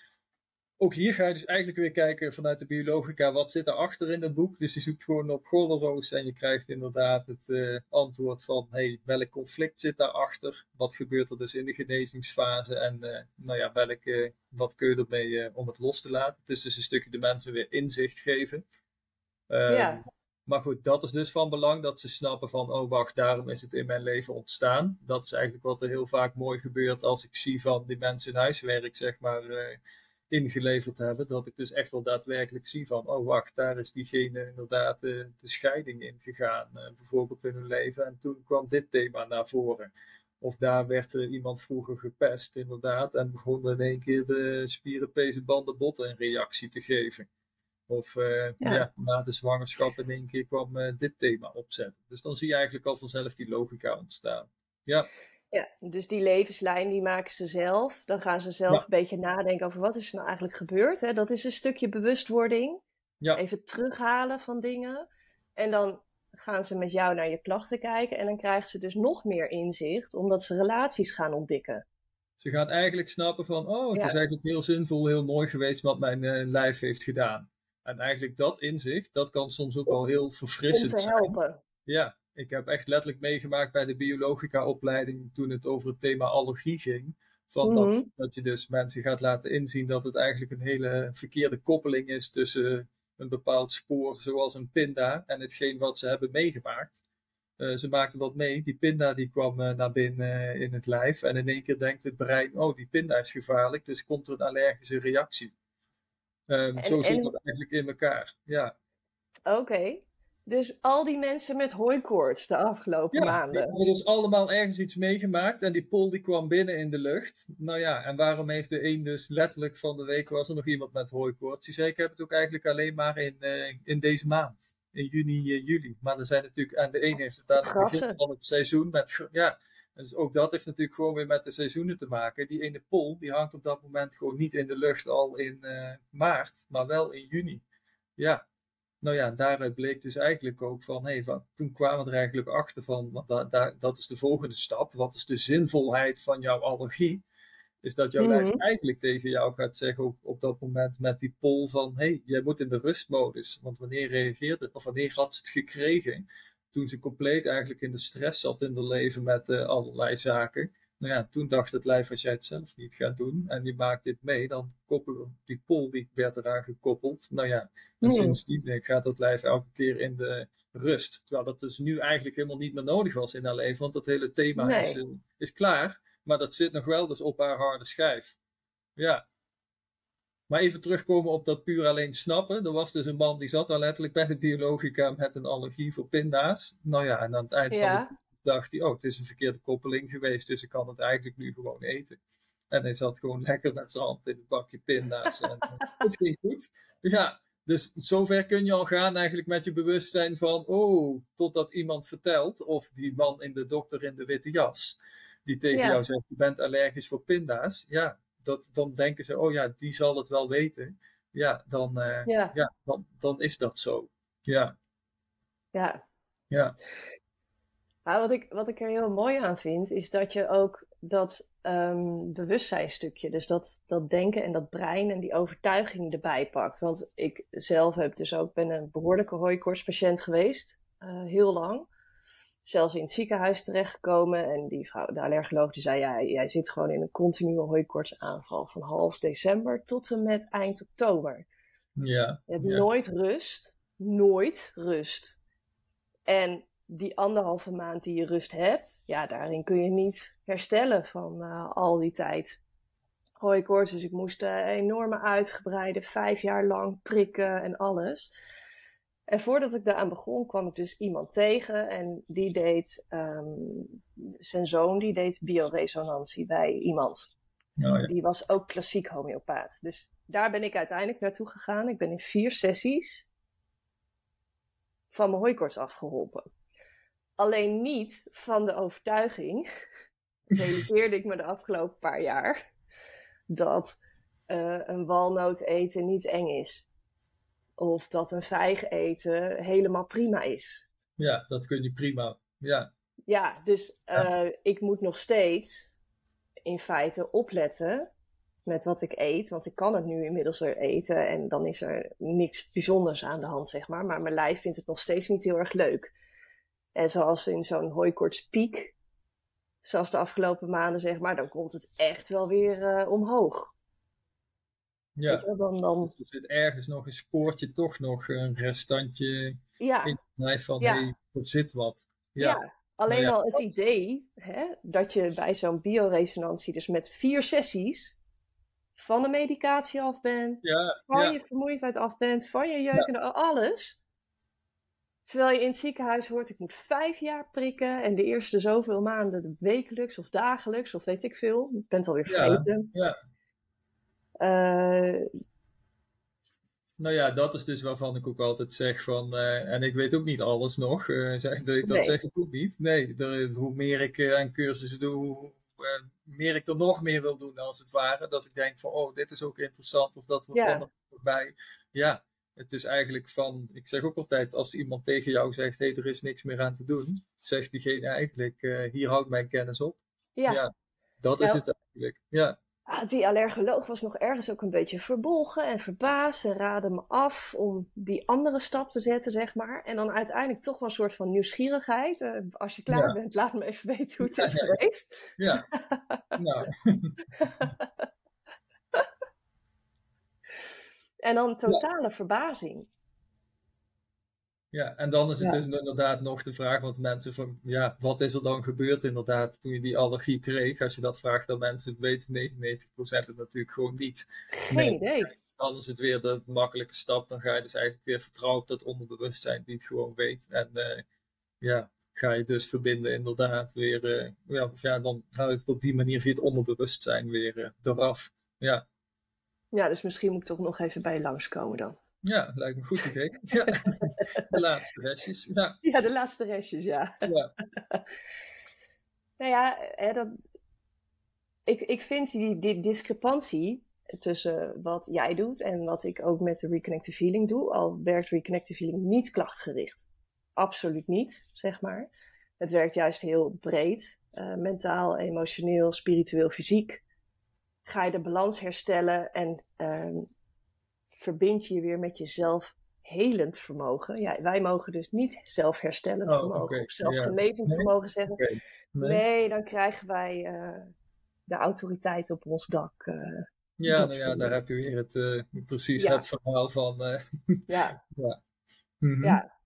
Ook hier ga je dus eigenlijk weer kijken vanuit de biologica, wat zit erachter in het boek. Dus je zoekt gewoon op gordelroos en je krijgt inderdaad het antwoord van, hey, welk conflict zit daarachter? Wat gebeurt er dus in de genezingsfase? En nou ja, wat kun je ermee om het los te laten? Het is dus een stukje de mensen weer inzicht geven. Ja. Maar goed, dat is dus van belang dat ze snappen van, oh wacht, daarom is het in mijn leven ontstaan. Dat is eigenlijk wat er heel vaak mooi gebeurt als ik zie van die mensen in huiswerk, zeg maar, ingeleverd hebben. Dat ik dus echt wel daadwerkelijk zie van, oh wacht, daar is diegene inderdaad de scheiding in gegaan, bijvoorbeeld in hun leven. En toen kwam dit thema naar voren. Of daar werd iemand vroeger gepest, inderdaad, en begon in één keer de spieren, pezen, banden, botten een reactie te geven. Of Ja. na de zwangerschap in één keer kwam dit thema opzetten. Dus dan zie je eigenlijk al vanzelf die logica ontstaan. Ja, Ja, dus die levenslijn die maken ze zelf. Dan gaan ze zelf Ja, een beetje nadenken over wat is er nou eigenlijk gebeurd. Hè? Dat is een stukje bewustwording. ja. Even terughalen van dingen. En dan gaan ze met jou naar je klachten kijken. En dan krijgen ze dus nog meer inzicht, omdat ze relaties gaan ontdekken. Ze gaan eigenlijk snappen van, oh, het is Ja, eigenlijk heel zinvol, heel mooi geweest wat mijn lijf heeft gedaan. En eigenlijk dat inzicht, dat kan soms ook wel heel om verfrissend te zijn. helpen. Ja, ik heb echt letterlijk meegemaakt bij de biologica-opleiding toen het over het thema allergie ging. Van Mhm. dat je dus mensen gaat laten inzien dat het eigenlijk een hele verkeerde koppeling is tussen een bepaald spoor, zoals een pinda, en hetgeen wat ze hebben meegemaakt. Ze maakten dat mee. Die pinda die kwam naar binnen in het lijf. En in één keer denkt het brein, oh, die pinda is gevaarlijk. Dus komt er een allergische reactie. Zo zit dat En eigenlijk in elkaar. Ja. oké. Dus al die mensen met hooikoorts de afgelopen Ja, die maanden. hebben dus allemaal ergens iets meegemaakt. En die pol die kwam binnen in de lucht. Nou ja, en waarom heeft de een dus letterlijk van de week was er nog iemand met hooikoorts. Die zei, ik heb het ook eigenlijk alleen maar in deze maand. In juni, juli. Maar er zijn natuurlijk, en de een heeft het aan het begin Grassen. van het seizoen met, ja. Dus ook dat heeft natuurlijk gewoon weer met de seizoenen te maken. Die ene pol, die hangt op dat moment gewoon niet in de lucht al in maart, maar wel in juni. Ja, nou ja, daaruit bleek dus eigenlijk ook van, toen kwamen we er eigenlijk achter van, want dat is de volgende stap. Wat is de zinvolheid van jouw allergie? Is dat jouw lijf Mhm. eigenlijk tegen jou gaat zeggen op dat moment met die pol van, jij moet in de rustmodus. Want wanneer reageerde het, of wanneer had ze het gekregen? Toen ze compleet eigenlijk in de stress zat in haar leven met allerlei zaken. Nou ja, toen dacht het lijf, als jij het zelf niet gaat doen en je maakt dit mee, dan koppelen we die pol, die werd eraan gekoppeld. Nou ja, en Mhm. sindsdien gaat het lijf elke keer in de rust. Terwijl dat dus nu eigenlijk helemaal niet meer nodig was in haar leven, want dat hele thema Nee. is klaar. Maar dat zit nog wel dus op haar harde schijf. Ja. Maar even terugkomen op dat puur alleen snappen. Er was dus een man die zat daar letterlijk bij de biologica met een allergie voor pinda's. Nou ja, en aan het eind van het Ja. dacht hij, oh, het is een verkeerde koppeling geweest, dus ik kan het eigenlijk nu gewoon eten. En hij zat gewoon lekker met zijn hand in het bakje pinda's. En het ging goed. Ja, dus zover kun je al gaan eigenlijk met je bewustzijn van, oh, totdat iemand vertelt, of die man in de dokter in de witte jas, die tegen jou Ja. zegt, je bent allergisch voor pinda's. Ja, dan denken ze, oh ja, die zal het wel weten. Ja, Ja. dan is dat zo. Ja, Ja. ja, Maar wat ik er heel mooi aan vind, is dat je ook dat bewustzijnstukje, dus dat denken en dat brein en die overtuiging erbij pakt. Want ik zelf ben een behoorlijke hooikoortspatiënt geweest, heel lang. Zelfs in het ziekenhuis terechtgekomen en die vrouw, de allergoloog, die zei, ja, jij zit gewoon in een continue hooikoortsaanval van half december tot en met eind oktober. ja, Je hebt ja, nooit rust, nooit rust. En die 1,5 maand die je rust hebt, ja, daarin kun je niet herstellen van al die tijd. Hooikoorts, dus ik moest enorme uitgebreide 5 jaar lang prikken en alles. En voordat ik daaraan begon, kwam ik dus iemand tegen en die deed, zijn zoon, die deed bioresonantie bij iemand. oh ja, Die was ook klassiek homeopaat. Dus daar ben ik uiteindelijk naartoe gegaan. Ik ben in 4 sessies van mijn hooikoorts afgeholpen. Alleen niet van de overtuiging, realiseerde ik me de afgelopen paar jaar, dat een walnoot eten niet eng is. Of dat een vijg eten helemaal prima is. ja, dat kun je prima. Ja, Ja, dus ja, ik moet nog steeds in feite opletten met wat ik eet. Want ik kan het nu inmiddels weer eten en dan is er niks bijzonders aan de hand, zeg maar. Maar mijn lijf vindt het nog steeds niet heel erg leuk. En zoals in zo'n hooikoortspiek, zoals de afgelopen maanden, zeg maar, dan komt het echt wel weer omhoog. Weet je ja. wel, dan, Dus er zit ergens nog een spoortje, toch nog een restantje in ja, het lijf van, ja, er zit wat. Ja, ja. nou Alleen ja, al het idee, hè, dat je bij zo'n bioresonantie dus met 4 sessies van de medicatie af bent, ja, van ja, je vermoeidheid af bent, van je ja, jeukende, alles. Terwijl je in het ziekenhuis hoort, ik moet 5 jaar prikken en de eerste zoveel maanden wekelijks of dagelijks of weet ik veel. Je bent alweer ja, vergeten. ja, Uh, Nou ja, dat is dus waarvan ik ook altijd zeg van, en ik weet ook niet alles nog, dat Nee, zeg ik ook niet. Nee, hoe meer ik aan cursussen doe, hoe meer ik er nog meer wil doen als het ware. Dat ik denk van, oh, dit is ook interessant of dat komt ja. er nog bij. Ja, het is eigenlijk van, ik zeg ook altijd, als iemand tegen jou zegt, hé, er is niks meer aan te doen, zegt diegene eigenlijk, hier houdt mijn kennis op. Ja, Ja, dat is nou, het eigenlijk. Ja, die allergoloog was nog ergens ook een beetje verbolgen en verbaasd en raadde me af om die andere stap te zetten, zeg maar. En dan uiteindelijk toch wel een soort van nieuwsgierigheid. Als je klaar ja, bent, laat me even weten hoe het ja, is ja, geweest. ja. Nou, En dan ja. totale verbazing. Ja, en dan is het Ja. dus inderdaad nog de vraag, want mensen van, ja, wat is er dan gebeurd inderdaad toen je die allergie kreeg? Als je dat vraagt aan mensen, weten 99% het natuurlijk gewoon niet. Geen Nee, idee. dan is het weer de makkelijke stap. Dan ga je dus eigenlijk weer vertrouwen op dat onderbewustzijn die het gewoon weet. En ja, ga je dus verbinden inderdaad weer, ja, of ja, dan haal je het op die manier via het onderbewustzijn weer eraf. Ja. Ja, dus misschien moet ik toch nog even bij je langskomen dan. Ja, lijkt me een goed idee. Ja, de laatste restjes. Ja, Ja, de laatste restjes, ja. ja, Nou ja, hè, ik vind die discrepantie tussen wat jij doet en wat ik ook met de Reconnective Healing doe, al werkt Reconnective Healing niet klachtgericht. Absoluut niet, zeg maar. Het werkt juist heel breed. Mentaal, emotioneel, spiritueel, fysiek. Ga je de balans herstellen en verbind je je weer met jezelf helend vermogen. Ja, wij mogen dus niet zelfherstellend oh, vermogen oké. of Ja. zelfgenezend Nee? vermogen zeggen. Oké. Nee? Nee, dan krijgen wij de autoriteit op ons dak. Ja, nou Dat, ja, daar heb je weer precies ja, het verhaal van. ja, Ja. Mhm. ja.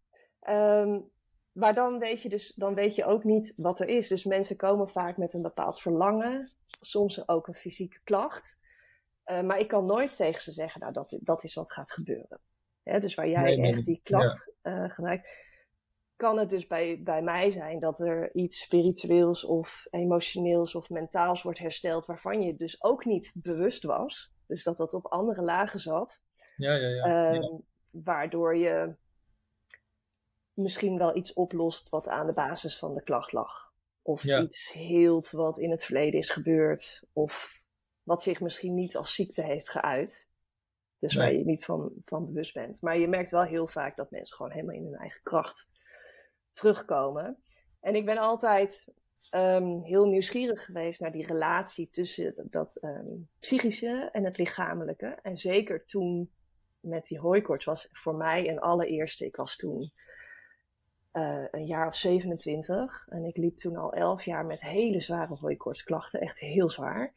Maar dan weet je ook niet wat er is. Dus mensen komen vaak met een bepaald verlangen, soms ook een fysieke klacht. Maar ik kan nooit tegen ze zeggen, nou, dat is wat gaat gebeuren. Dus waar jij Nee, nee, echt nee. die Ja. klacht gebruikt, kan het dus bij mij zijn dat er iets spiritueels of emotioneels of mentaals wordt hersteld waarvan je dus ook niet bewust was. Dus dat dat op andere lagen zat. Ja, ja, ja. Ja, Um, Waardoor je misschien wel iets oplost wat aan de basis van de klacht lag. Of ja. iets heelt wat in het verleden is gebeurd. Of wat zich misschien niet als ziekte heeft geuit. Dus waar Nee. je niet van bewust bent. Maar je merkt wel heel vaak dat mensen gewoon helemaal in hun eigen kracht terugkomen. En ik ben altijd heel nieuwsgierig geweest naar die relatie tussen dat psychische en het lichamelijke. En zeker toen met die hooikoorts was voor mij een allereerste. Ik was toen een jaar of 27 en ik liep toen al 11 jaar met hele zware hooikoortsklachten. Echt heel zwaar.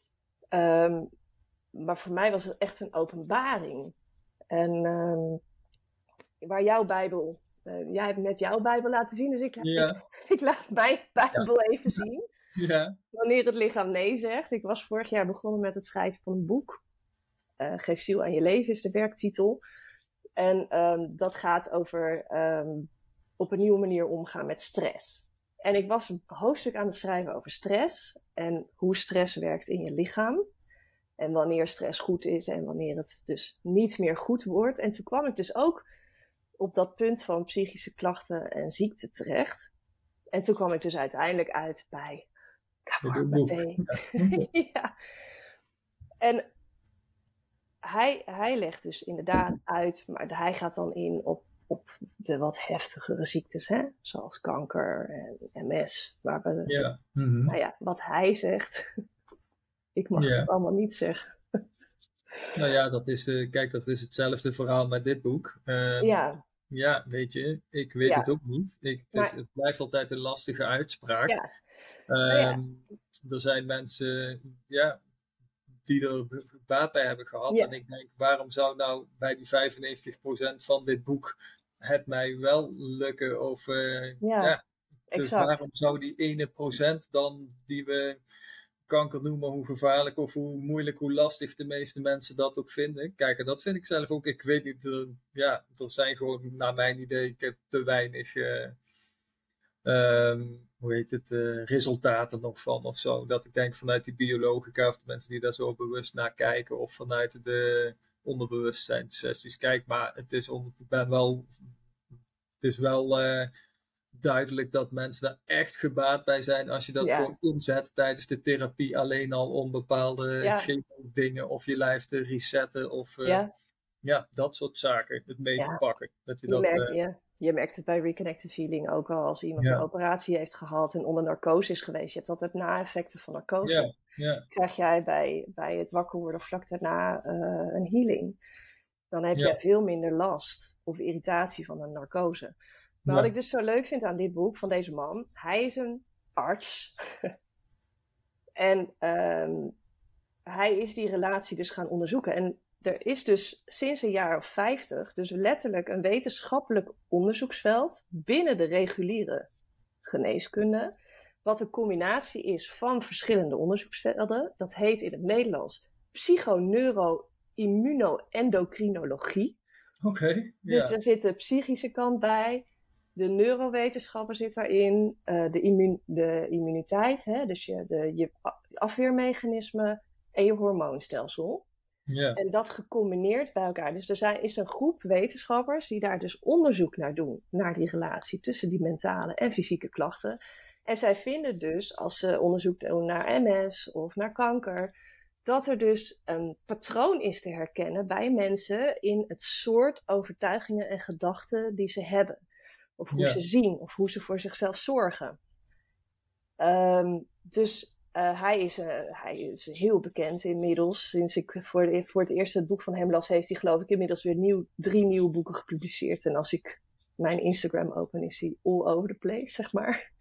Maar voor mij was het echt een openbaring. En waar jouw Bijbel. Jij hebt net jouw Bijbel laten zien, dus Ja, ik laat mijn ja, Bijbel even zien. ja. Wanneer het lichaam nee zegt. Ik was vorig jaar begonnen met het schrijven van een boek. Geef ziel aan je leven is de werktitel. En dat gaat over op een nieuwe manier omgaan met stress. En ik was een hoofdstuk aan het schrijven over stress en hoe stress werkt in je lichaam. En wanneer stress goed is en wanneer het dus niet meer goed wordt. En toen kwam ik dus ook op dat punt van psychische klachten en ziekte terecht. En toen kwam ik dus uiteindelijk uit bij Met een boek. Kapar Ja. ja. En hij legt dus inderdaad uit, maar hij gaat dan in op de wat heftigere ziektes, hè? Zoals kanker en MS. Waar we, Ja. Mhm. nou ja, wat hij zegt, ik mag Ja. dat allemaal niet zeggen. Nou ja, kijk, dat is hetzelfde verhaal met dit boek. Ja, Ja, weet je, ik weet het ja, ook niet. maar Het blijft altijd een lastige uitspraak. ja, nou ja, Ehm, er zijn mensen, ja, die er baat bij hebben gehad. ja, En ik denk, waarom zou nou bij die 95% van dit boek het mij wel lukken? Of ja, ja, dus exact. waarom zou die 1% dan die we kanker noemen, hoe gevaarlijk of hoe moeilijk, hoe lastig de meeste mensen dat ook vinden? Kijk, en dat vind ik zelf ook. Ik weet niet, ja, er zijn gewoon, naar mijn idee, ik heb te weinig hoe heet het, resultaten nog van of zo. Dat ik denk vanuit die biologica of de mensen die daar zo bewust naar kijken of vanuit de onderbewustzijnssessies. Kijk, maar het is wel duidelijk dat mensen daar echt gebaat bij zijn als je dat gewoon inzet tijdens de therapie alleen al om bepaalde chemo-dingen of je lijf te resetten of dat soort zaken, het mee te pakken. Dat je merkt het bij Reconnective Healing ook al als iemand een operatie heeft gehad en onder narcose is geweest. Je hebt altijd na-effecten van narcose. Krijg jij bij het wakker worden vlak daarna een healing. Dan heb je veel minder last of irritatie van een narcose. Maar wat ik dus zo leuk vind aan dit boek van deze man, hij is een arts. En hij is die relatie dus gaan onderzoeken. En er is dus sinds een jaar of 50, dus letterlijk een wetenschappelijk onderzoeksveld binnen de reguliere geneeskunde, wat een combinatie is van verschillende onderzoeksvelden. Dat heet in het Nederlands psychoneuro-immuno-endocrinologie. Dus er zit de psychische kant bij, de neurowetenschappen zit daarin, de immuniteit, hè, dus je afweermechanismen en je hormoonstelsel. En dat gecombineerd bij elkaar. Dus er is een groep wetenschappers die daar dus onderzoek naar doen, naar die relatie tussen die mentale en fysieke klachten. En zij vinden dus, als ze onderzoek doen naar MS of naar kanker, dat er dus een patroon is te herkennen bij mensen in het soort overtuigingen en gedachten die ze hebben. Of hoe ze zien, of hoe ze voor zichzelf zorgen. Hij is heel bekend inmiddels. Sinds ik voor het eerst het boek van hem las, heeft hij geloof ik inmiddels weer 3 nieuwe boeken gepubliceerd. En als ik mijn Instagram open, is hij all over the place, zeg maar.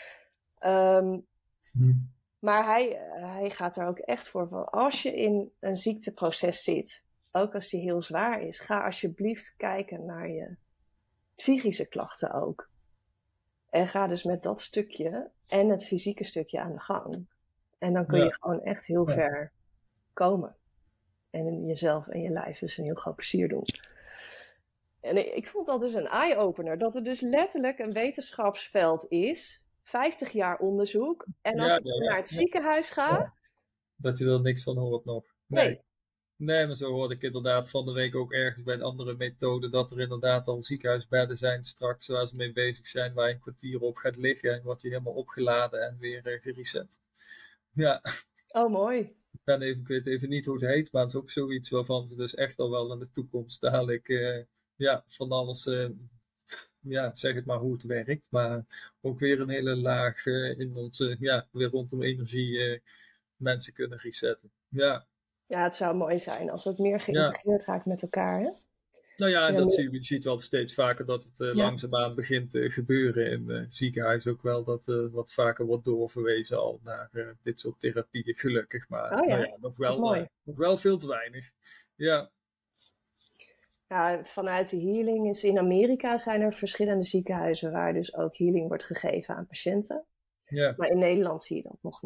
Maar hij gaat er ook echt voor van, als je in een ziekteproces zit, ook als die heel zwaar is, ga alsjeblieft kijken naar je psychische klachten ook. En ga dus met dat stukje en het fysieke stukje aan de gang. En dan kun je gewoon echt heel ver komen. En jezelf en je lijf dus een heel groot plezier doen. En ik vond dat dus een eye-opener. Dat er dus letterlijk een wetenschapsveld is. 50 jaar onderzoek. En als ik naar het ziekenhuis ga... Dat je er niks van hoort nog. Nee, maar zo hoorde ik inderdaad van de week ook ergens bij een andere methode. Dat er inderdaad al ziekenhuisbedden zijn straks waar ze mee bezig zijn. Waar je een kwartier op gaat liggen. En wordt je helemaal opgeladen en weer gereset. Ja. Oh, mooi. Ik weet even niet hoe het heet, maar het is ook zoiets waarvan ze dus echt al wel in de toekomst dadelijk van alles, zeg het maar hoe het werkt, maar ook weer een hele laag in onze, weer rondom energie mensen kunnen resetten. Ja, het zou mooi zijn als het meer geïntegreerd raakt met elkaar, hè? Nou ja, je ziet wel steeds vaker dat het langzaamaan begint te gebeuren in het ziekenhuis ook wel. Dat wat vaker wordt doorverwezen al naar dit soort therapieën, gelukkig. Maar nog wel veel te weinig. Ja. Ja, vanuit de healing in Amerika zijn er verschillende ziekenhuizen waar dus ook healing wordt gegeven aan patiënten. Ja. Maar in Nederland zie je dat nog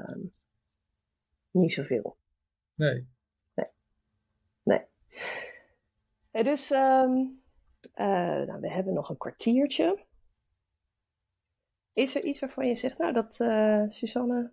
niet zoveel. Nee. Dus we hebben nog een kwartiertje. Is er iets waarvan je zegt, Suzanne...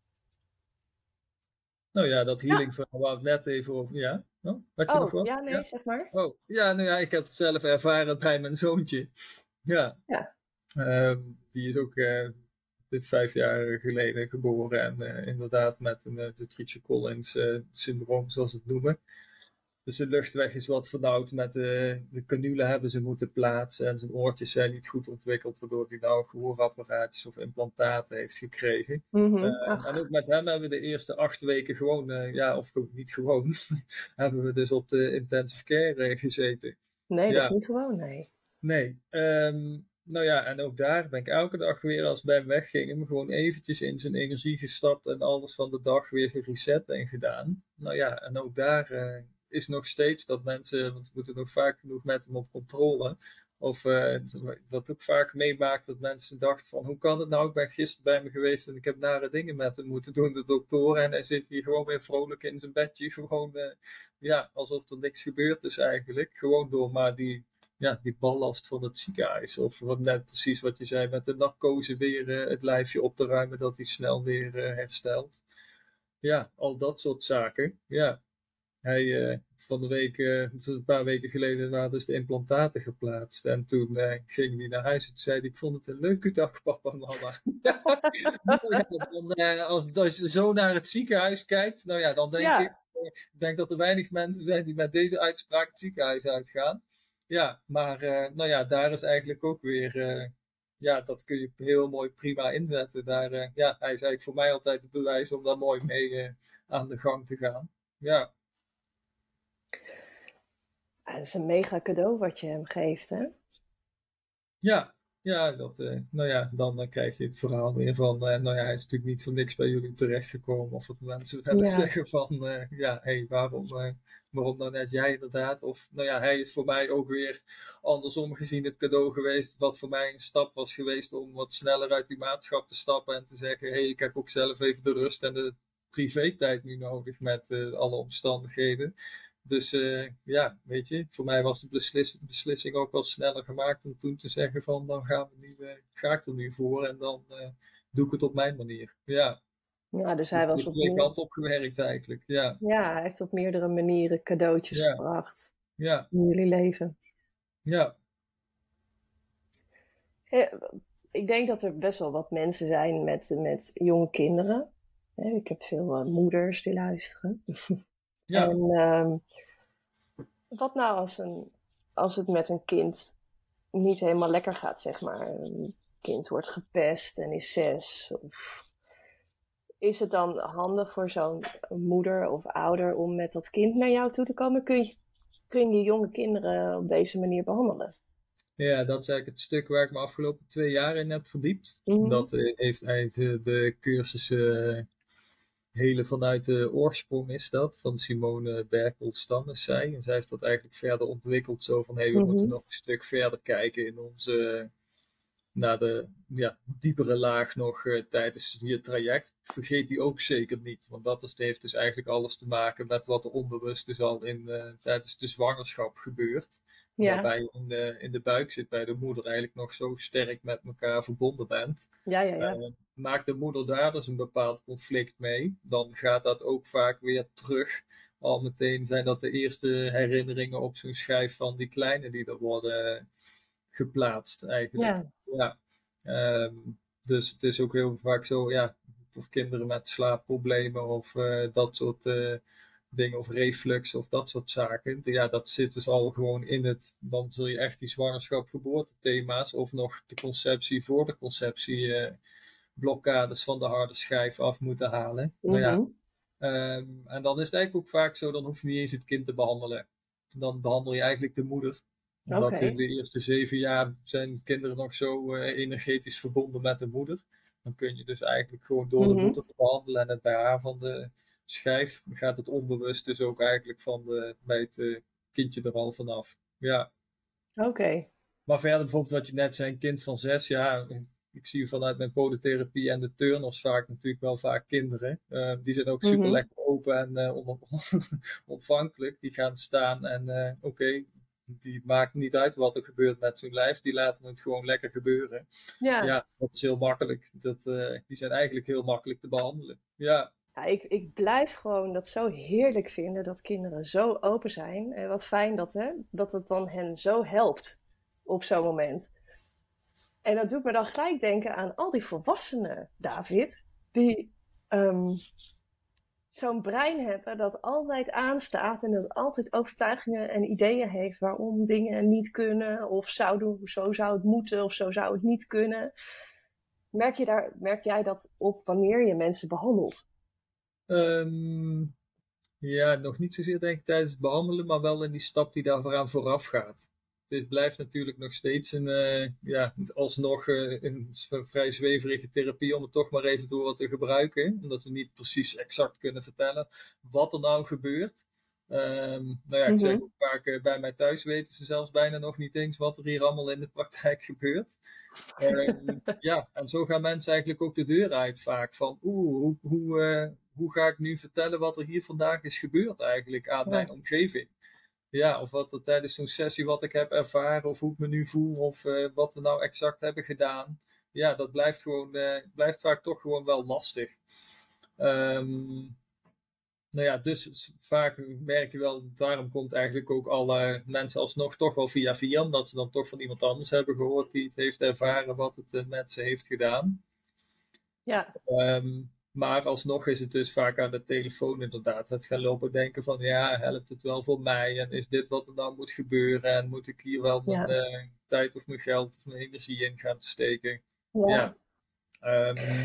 Nou ja, dat healing verhaal waar we het net even over... Ja? Had je nog wat? Zeg maar. Oh, ja, ik heb het zelf ervaren bij mijn zoontje. Ja. Die is ook 5 jaar geleden geboren en inderdaad met de Treacher-Collins syndroom, zoals ze het noemen. Dus de luchtweg is wat vernauwd met de canule hebben ze moeten plaatsen en zijn oortjes zijn niet goed ontwikkeld, waardoor hij nou gehoorapparaatjes of implantaten heeft gekregen. En ook met hem hebben we de eerste 8 weken gewoon, of niet gewoon, hebben we dus op de intensive care gezeten. Nee, dat is niet gewoon, nee. Nee. En ook daar ben ik elke dag weer, als bij hem wegging, hem gewoon eventjes in zijn energie gestapt en alles van de dag weer gereset en gedaan. En ook daar is nog steeds dat mensen, want we moeten nog vaak genoeg met hem op controle, of dat ook vaak meemaakt dat mensen dachten van, hoe kan het nou, ik ben gisteren bij me geweest en ik heb nare dingen met hem moeten doen, de dokter, en hij zit hier gewoon weer vrolijk in zijn bedje, gewoon, alsof er niks gebeurd is eigenlijk, gewoon door maar die ballast van het ziekenhuis. Of net precies wat je zei, met de narcose weer het lijfje op te ruimen, dat hij snel weer herstelt. Ja, al dat soort zaken. Ja. Van de week, dus een paar weken geleden, waren dus de implantaten geplaatst. En toen ging hij naar huis en toen zei hij, ik vond het een leuke dag, papa en mama. Nou ja, als je zo naar het ziekenhuis kijkt, nou ja, dan denk ik, Ja, denk dat er weinig mensen zijn die met deze uitspraak het ziekenhuis uitgaan. Ja, maar nou ja, daar is eigenlijk ook weer, ja, dat kun je heel mooi prima inzetten. Daar, ja, hij is eigenlijk voor mij altijd het bewijs om daar mooi mee aan de gang te gaan. Ja. dat is een mega cadeau wat je hem geeft, hè? Ja, ja, nou ja, dan krijg je het verhaal weer van, nou ja, hij is natuurlijk niet voor niks bij jullie terechtgekomen. Of dat mensen wel eens Ja, zeggen van, ja, hé, waarom nou net jij inderdaad? Of, nou ja, hij is voor mij ook weer andersom gezien het cadeau geweest, wat voor mij een stap was geweest om wat sneller uit die maatschap te stappen en te zeggen, hé, ik heb ook zelf even de rust en de privé-tijd nu nodig met alle omstandigheden. Dus ja, weet je, voor mij was de beslissing ook wel sneller gemaakt om toen te zeggen van dan ga ik er nu voor en dan doe ik het op mijn manier. Ja, ja, dus dus hij het was heeft twee kanten op gewerkt eigenlijk. Ja, ja, hij heeft op meerdere manieren cadeautjes ja, gebracht ja, in jullie leven. ja. Eh, Ik denk dat er best wel wat mensen zijn met jonge kinderen. Ik heb veel moeders die luisteren. Ja, En wat nou als het met een kind niet helemaal lekker gaat, zeg maar. Een kind wordt gepest en is 6. Is het dan handig voor zo'n moeder of ouder om met dat kind naar jou toe te komen? Kun je jonge kinderen op deze manier behandelen? ja, dat is eigenlijk het stuk waar ik me afgelopen 2 jaar in heb verdiept. Mhm. Dat heeft eigenlijk de cursussen hele vanuit de oorsprong is dat, van Simone Berkel-Stam is zij. En zij heeft dat eigenlijk verder ontwikkeld, zo van, we moeten Mhm. nog een stuk verder kijken in onze, naar de ja, diepere laag nog tijdens je traject. Vergeet die ook zeker niet, want heeft dus eigenlijk alles te maken met wat er onbewust dus al tijdens de zwangerschap gebeurt. Ja, Waarbij je in de buik zit bij de moeder eigenlijk nog zo sterk met elkaar verbonden bent. ja, ja, ja. Maakt de moeder daar dus een bepaald conflict mee, dan gaat dat ook vaak weer terug. Al meteen zijn dat de eerste herinneringen op zo'n schijf van die kleine die er worden geplaatst eigenlijk. Ja, Ja. Ehm, dus het is ook heel vaak zo, ja, of kinderen met slaapproblemen of dat soort dingen, of reflux of dat soort zaken. Ja, dat zit dus al gewoon in het, dan zul je echt die zwangerschap, geboortethema's of nog de conceptie voor de conceptie blokkades van de harde schijf af moeten halen. Nou ja, mhm. en dan is het eigenlijk ook vaak zo, dan hoef je niet eens het kind te behandelen. Dan behandel je eigenlijk de moeder. Omdat in Oké. de eerste 7 jaar zijn kinderen nog zo energetisch verbonden met de moeder. Dan kun je dus eigenlijk gewoon door de Mhm. moeder te behandelen en het BH van de schijf gaat het onbewust dus ook eigenlijk bij het kindje er al vanaf. Ja. Oké. Maar verder bijvoorbeeld wat je net zei, een kind van 6 jaar. Ik zie vanuit mijn podotherapie en de turners vaak natuurlijk wel vaak kinderen. Die zijn ook super Mhm. lekker open en ontvankelijk. Die gaan staan en oké, die maakt niet uit wat er gebeurt met zo'n lijf. Die laten het gewoon lekker gebeuren. Ja. Ja, dat is heel makkelijk. Die zijn eigenlijk heel makkelijk te behandelen. Ja, Ja, ik blijf gewoon dat zo heerlijk vinden dat kinderen zo open zijn. En wat fijn dat het dan hen zo helpt op zo'n moment. En dat doet me dan gelijk denken aan al die volwassenen, David, die zo'n brein hebben dat altijd aanstaat en dat altijd overtuigingen en ideeën heeft waarom dingen niet kunnen of zo zou het moeten of zo zou het niet kunnen. Merk jij dat op wanneer je mensen behandelt? Ehm, ja, nog niet zozeer denk ik tijdens het behandelen, maar wel in die stap die daaraan vooraf gaat. Het blijft natuurlijk nog steeds ja, alsnog een vrij zweverige therapie om het toch maar even door te gebruiken. Omdat we niet precies exact kunnen vertellen wat er nou gebeurt. Nou ja, ik zeg Mhm. ook vaak, bij mij thuis weten ze zelfs bijna nog niet eens wat er hier allemaal in de praktijk gebeurt. Ja, en zo gaan mensen eigenlijk ook de deur uit vaak van, hoe ga ik nu vertellen wat er hier vandaag is gebeurd eigenlijk aan mijn Ja. omgeving? Ja, of wat er tijdens zo'n sessie wat ik heb ervaren, of hoe ik me nu voel, of wat we nou exact hebben gedaan. Ja, dat blijft vaak toch gewoon wel lastig. Ehm, Nou ja, dus vaak merk je wel, daarom komt eigenlijk ook alle mensen alsnog toch wel via, omdat ze dan toch van iemand anders hebben gehoord die het heeft ervaren wat het met ze heeft gedaan. Ja, Maar alsnog is het dus vaak aan de telefoon inderdaad het gaan lopen denken van ja, helpt het wel voor mij en is dit wat er dan moet gebeuren en moet ik hier wel mijn ja, tijd of mijn geld of mijn energie in gaan steken. ja. Ja, ehm,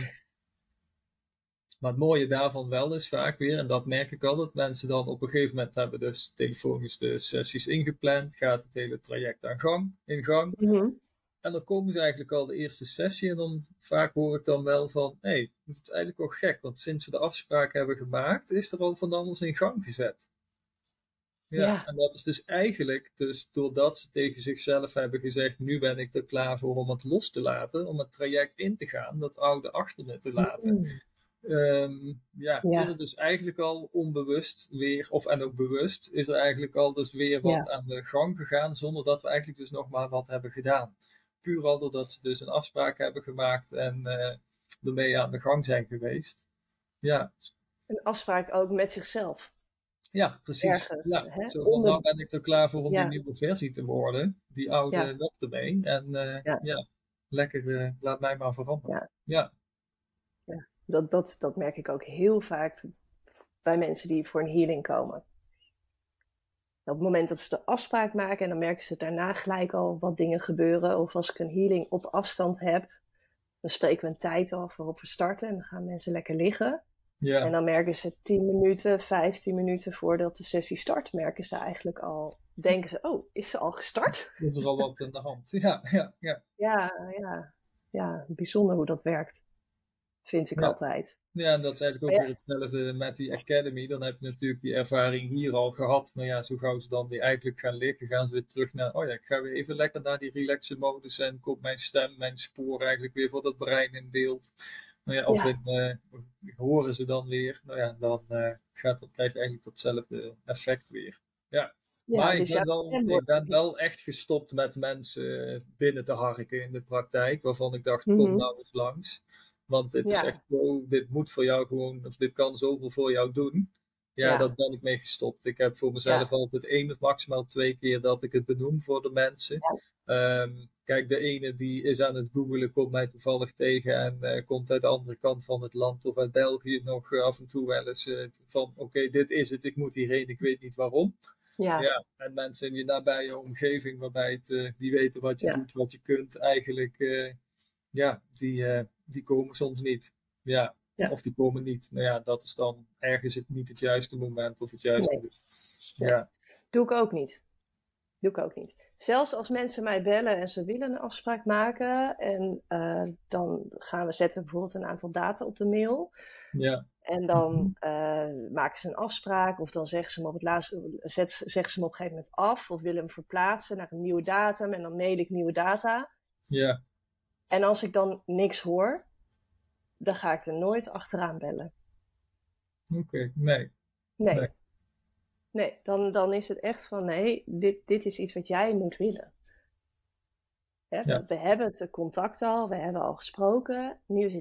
maar het mooie daarvan wel is vaak weer, en dat merk ik al, dat mensen dan op een gegeven moment hebben dus telefonisch de sessies ingepland, gaat het hele traject in gang. Mhm. En dan komen ze eigenlijk al de eerste sessie en dan vaak hoor ik dan wel van, hé, dat is eigenlijk wel gek, want sinds we de afspraak hebben gemaakt, is er al van alles in gang gezet. Ja, Ja. en dat is dus eigenlijk, dus doordat ze tegen zichzelf hebben gezegd, nu ben ik er klaar voor om het los te laten, om het traject in te gaan, dat oude achter me te laten. Mm. Ja, is er Ja, dus eigenlijk al onbewust weer, en ook bewust, is er eigenlijk al dus weer wat ja, aan de gang gegaan, zonder dat we eigenlijk dus nog maar wat hebben gedaan. Puur al doordat ze dus een afspraak hebben gemaakt en ermee aan de gang zijn geweest. Ja, een afspraak ook met zichzelf. ja, precies. Ergens. Ja, Hè? zo van, nou ben ik er klaar voor om die Ja, nieuwe versie te worden. Die oude ja, nog ermee. En ja, ja, lekker, laat mij maar veranderen. ja, Ja, ja. Dat merk ik ook heel vaak bij mensen die voor een healing komen. Op het moment dat ze de afspraak maken en dan merken ze daarna gelijk al wat dingen gebeuren. Of als ik een healing op afstand heb, dan spreken we een tijd af waarop we starten en dan gaan mensen lekker liggen. En ja, dan merken ze 10 minuten, 15 minuten voordat de sessie start, merken ze eigenlijk al, denken ze, oh, is ze al gestart? is er al wat aan de hand. Ja, ja, ja. Ja, ja, ja, bijzonder hoe dat werkt, vind ik Ja. altijd. Ja, en dat is eigenlijk Maar ook ja, weer hetzelfde met die Academy. Dan heb je natuurlijk die ervaring hier al gehad. Nou ja, zo gauw ze dan weer eigenlijk gaan liggen, gaan ze weer terug naar, oh ja, ik ga weer even lekker naar die relaxe modus en komt mijn stem, mijn spoor eigenlijk weer voor dat brein in beeld. Nou ja, of ja, horen ze dan weer. Nou ja, dan krijg je eigenlijk datzelfde effect weer. Ja. ja, Maar dus jouw stem ik wordt... ben wel echt gestopt met mensen binnen te harken in de praktijk, waarvan ik dacht, kom Mhm. nou eens langs. Want dit is echt Ja, zo, dit moet voor jou gewoon, of dit kan zoveel voor jou doen. Ja, daar ja, ben ik mee gestopt. Ik heb voor mezelf ja, altijd 1 of maximaal 2 keer dat ik het benoem voor de mensen. ja, Kijk, de ene die is aan het googelen, komt mij toevallig tegen en komt uit de andere kant van het land of uit België nog af en toe wel eens van oké, dit is het, ik moet hierheen, ik weet niet waarom. ja, Ja, en mensen in je nabije omgeving waarbij die weten wat je ja, doet, wat je kunt, eigenlijk, ja, die komen soms niet. Ja, ja, of die komen niet. Nou ja, dat is dan ergens niet het juiste moment of het juiste. nee, nee. Ja, Doe ik ook niet. Doe ik ook niet. Zelfs als mensen mij bellen en ze willen een afspraak maken en dan zetten we bijvoorbeeld een aantal data op de mail. ja, En dan maken ze een afspraak of dan zeggen ze hem op het laatste, zeggen ze hem op een gegeven moment af of willen hem verplaatsen naar een nieuwe datum en dan mail ik nieuwe data. ja, En als ik dan niks hoor, dan ga ik er nooit achteraan bellen. oké, nee, nee, Nee, nee, dan is het echt van nee, dit is iets wat jij moet willen. Hè? ja, We hebben het contact al, we hebben al gesproken. Nu is het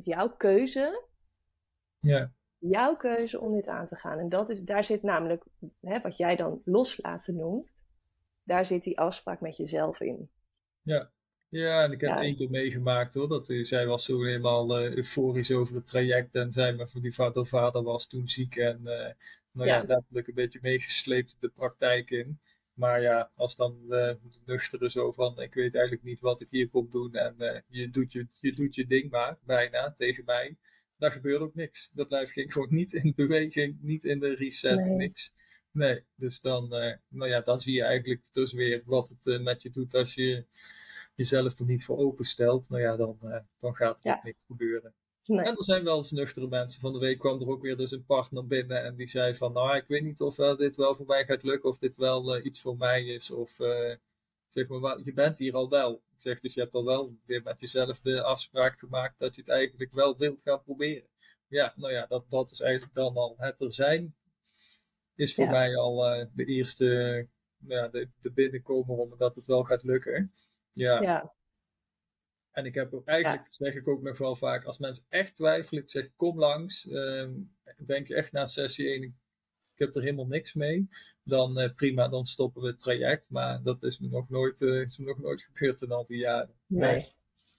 ja, jouw keuze om dit aan te gaan. En daar zit namelijk, wat jij dan loslaten noemt, daar zit die afspraak met jezelf in. ja. Ja, en ik heb het Ja, 1 keer meegemaakt hoor. Zij was zo helemaal euforisch over het traject. En zij, maar voor die vader was toen ziek. En nou ja, ja, letterlijk een beetje meegesleept de praktijk in. Maar ja, als dan de nuchtere zo van, ik weet eigenlijk niet wat ik hier kom doen. En je doet je ding maar, bijna, tegen mij. Daar gebeurt ook niks. Dat lijf ging gewoon niet in beweging, niet in de reset, nee, niks. Nee, dus dan, nou ja, dan zie je eigenlijk dus weer wat het met je doet als je jezelf er niet voor openstelt, nou ja, dan gaat er ook ja, niks gebeuren. nee, En er zijn wel eens nuchtere mensen. Van de week kwam er ook weer dus een partner binnen en die zei van, nou, ik weet niet of dit wel voor mij gaat lukken, of dit wel iets voor mij is, of zeg maar, je bent hier al wel. Ik zeg, dus je hebt al wel weer met jezelf de afspraak gemaakt dat je het eigenlijk wel wilt gaan proberen. Ja, nou ja, dat is eigenlijk dan al het er zijn, is voor ja, mij al de eerste, nou ja, de binnenkomer omdat het wel gaat lukken. Ja, ja, en ik heb ook, ja, eigenlijk zeg ik ook nog wel vaak, als mensen echt twijfelen, ik zeg kom langs. Denk je echt na sessie 1, ik heb er helemaal niks mee, dan prima, dan stoppen we het traject. Maar dat is me nog nooit gebeurd in al die jaren. Nee.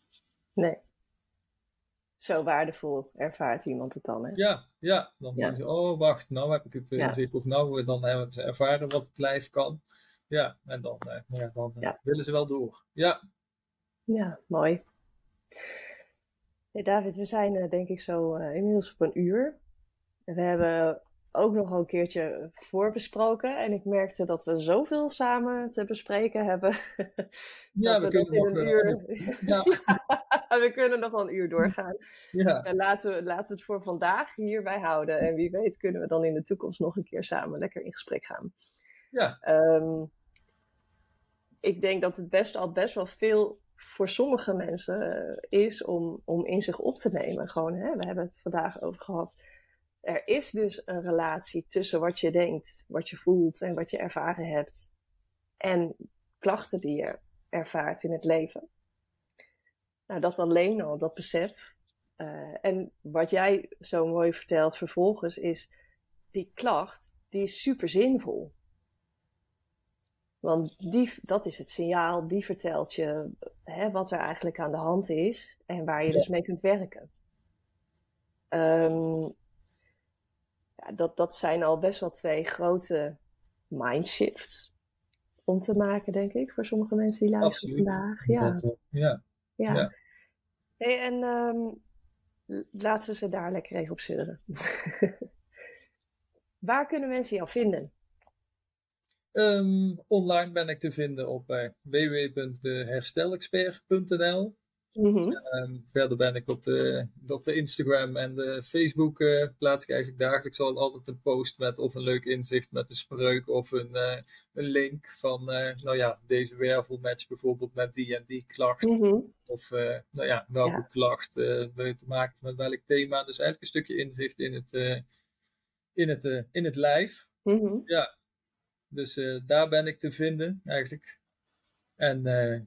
Zo waardevol ervaart iemand het dan, hè? Ja. Dan zien ze, oh wacht, nou heb ik het inzicht. Of nou, dan hebben ze ervaren wat het lijf kan. Ja, en dan willen ze wel door. Ja, mooi. Hey David, we zijn denk ik zo inmiddels op een uur. We hebben ook nog een keertje voorbesproken. En ik merkte dat we zoveel samen te bespreken hebben. We kunnen nog een uur... we kunnen nog wel een uur doorgaan. En laten we het voor vandaag hierbij houden. En wie weet kunnen we dan in de toekomst nog een keer samen lekker in gesprek gaan. Ja. Ik denk dat het best wel veel voor sommige mensen is om in zich op te nemen. Gewoon, hè? We hebben het vandaag over gehad. Er is dus een relatie tussen wat je denkt, wat je voelt en wat je ervaren hebt. En klachten die je ervaart in het leven. Nou, dat alleen al, dat besef. En wat jij zo mooi vertelt vervolgens is, die klacht, die is super zinvol. Want dat is het signaal, die vertelt je wat er eigenlijk aan de hand is en waar je dus mee kunt werken. Dat zijn al best wel 2 grote mindshifts om te maken, denk ik, voor sommige mensen die luisteren vandaag. Ja. Hey, en laten we ze daar lekker even op zeuren. Waar kunnen mensen jou vinden? Online ben ik te vinden op www.deherstelexpert.nl. Verder ben ik op de Instagram en de Facebook plaats ik eigenlijk dagelijks al altijd een post met of een leuk inzicht met een spreuk of een link van deze wervelmatch bijvoorbeeld met die en die klacht. Of welke klacht wil je te maken met welk thema. Dus eigenlijk een stukje inzicht in het lijf. Ja. Dus daar ben ik te vinden eigenlijk. En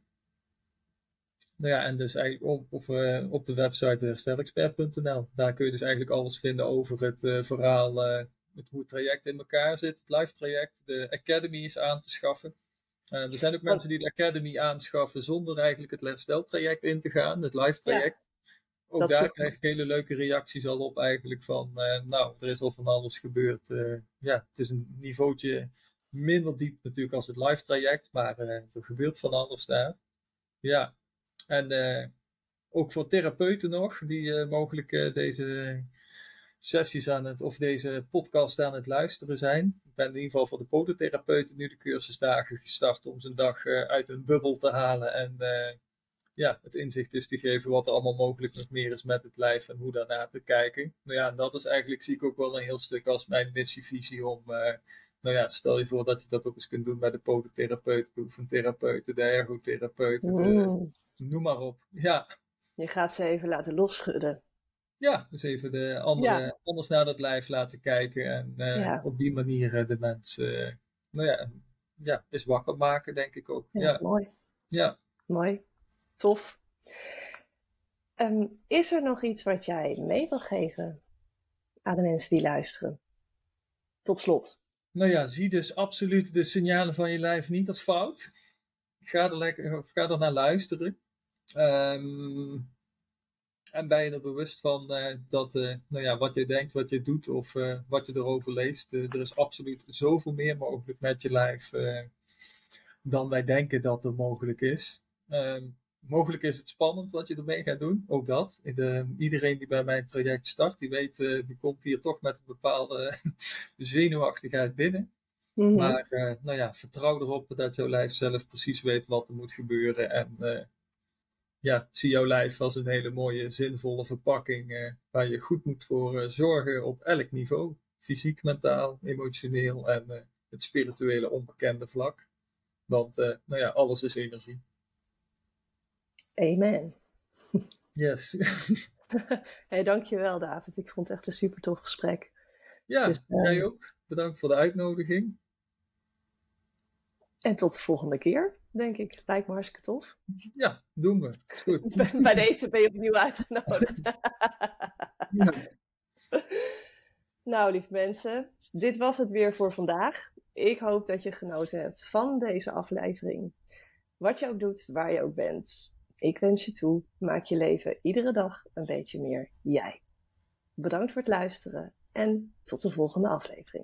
dus eigenlijk op de website herstelexpert.nl. Daar kun je dus eigenlijk alles vinden over het verhaal, hoe het traject in elkaar zit, het live traject. De Academy is aan te schaffen. Er zijn ook mensen die de Academy aanschaffen zonder eigenlijk het hersteltraject in te gaan, het live traject. Ook daar krijg ik hele leuke reacties al op eigenlijk van, er is al van alles gebeurd. Het is een niveautje minder diep natuurlijk als het live traject, maar er gebeurt van alles daar. Ja. En ook voor therapeuten nog, die mogelijk deze sessies of deze podcast aan het luisteren zijn. Ik ben in ieder geval voor de podotherapeuten nu de cursusdagen gestart om ze een dag uit hun bubbel te halen en het inzicht is te geven wat er allemaal mogelijk nog meer is met het lijf en hoe daarna te kijken. Dat is eigenlijk, zie ik ook wel een heel stuk als mijn missievisie om... stel je voor dat je dat ook eens kunt doen bij de podotherapeuten, de oefentherapeuten, de ergotherapeuten, noem maar op. Ja. Je gaat ze even laten losschudden. Ja, dus even de anders naar dat lijf laten kijken en op die manier de mensen eens wakker maken, denk ik ook. Ja, mooi. Ja. Mooi. Tof. Is er nog iets wat jij mee wil geven aan de mensen die luisteren? Tot slot. Zie dus absoluut de signalen van je lijf niet als fout. Ga er naar luisteren. En ben je er bewust van dat wat je denkt, wat je doet of wat je erover leest. Er is absoluut zoveel meer mogelijk met je lijf dan wij denken dat er mogelijk is. Mogelijk is het spannend wat je ermee gaat doen, ook dat. Iedereen die bij mijn traject start, die weet, die komt hier toch met een bepaalde zenuwachtigheid binnen. Maar vertrouw erop dat jouw lijf zelf precies weet wat er moet gebeuren. En zie jouw lijf als een hele mooie, zinvolle verpakking waar je goed moet voor zorgen op elk niveau. Fysiek, mentaal, emotioneel en het spirituele onbekende vlak. Want alles is energie. Amen. Yes. Hey, dankjewel David. Ik vond het echt een super tof gesprek. Ja, dus, jij ook. Bedankt voor de uitnodiging. En tot de volgende keer, denk ik. Lijkt me hartstikke tof. Ja, doen we. Is goed. Bij deze ben je opnieuw uitgenodigd. Ja. Nou, lieve mensen. Dit was het weer voor vandaag. Ik hoop dat je genoten hebt van deze aflevering. Wat je ook doet, waar je ook bent. Ik wens je toe, maak je leven iedere dag een beetje meer jij. Bedankt voor het luisteren en tot de volgende aflevering.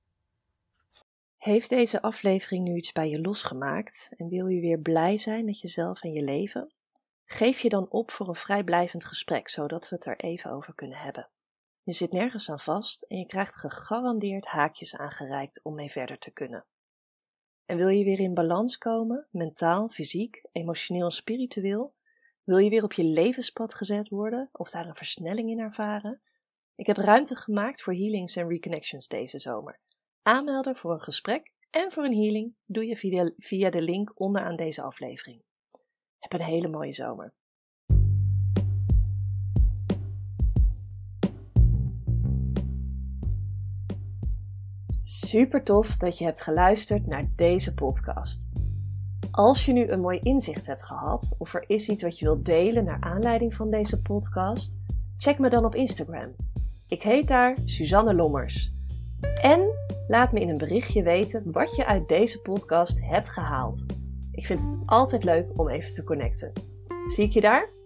Heeft deze aflevering nu iets bij je losgemaakt en wil je weer blij zijn met jezelf en je leven? Geef je dan op voor een vrijblijvend gesprek, zodat we het er even over kunnen hebben. Je zit nergens aan vast en je krijgt gegarandeerd haakjes aangereikt om mee verder te kunnen. En wil je weer in balans komen, mentaal, fysiek, emotioneel en spiritueel? Wil je weer op je levenspad gezet worden of daar een versnelling in ervaren? Ik heb ruimte gemaakt voor healings en reconnections deze zomer. Aanmelden voor een gesprek en voor een healing doe je via de link onderaan deze aflevering. Heb een hele mooie zomer. Super tof dat je hebt geluisterd naar deze podcast. Als je nu een mooi inzicht hebt gehad of er is iets wat je wilt delen naar aanleiding van deze podcast, check me dan op Instagram. Ik heet daar Suzanne Lommers. En laat me in een berichtje weten wat je uit deze podcast hebt gehaald. Ik vind het altijd leuk om even te connecten. Zie ik je daar?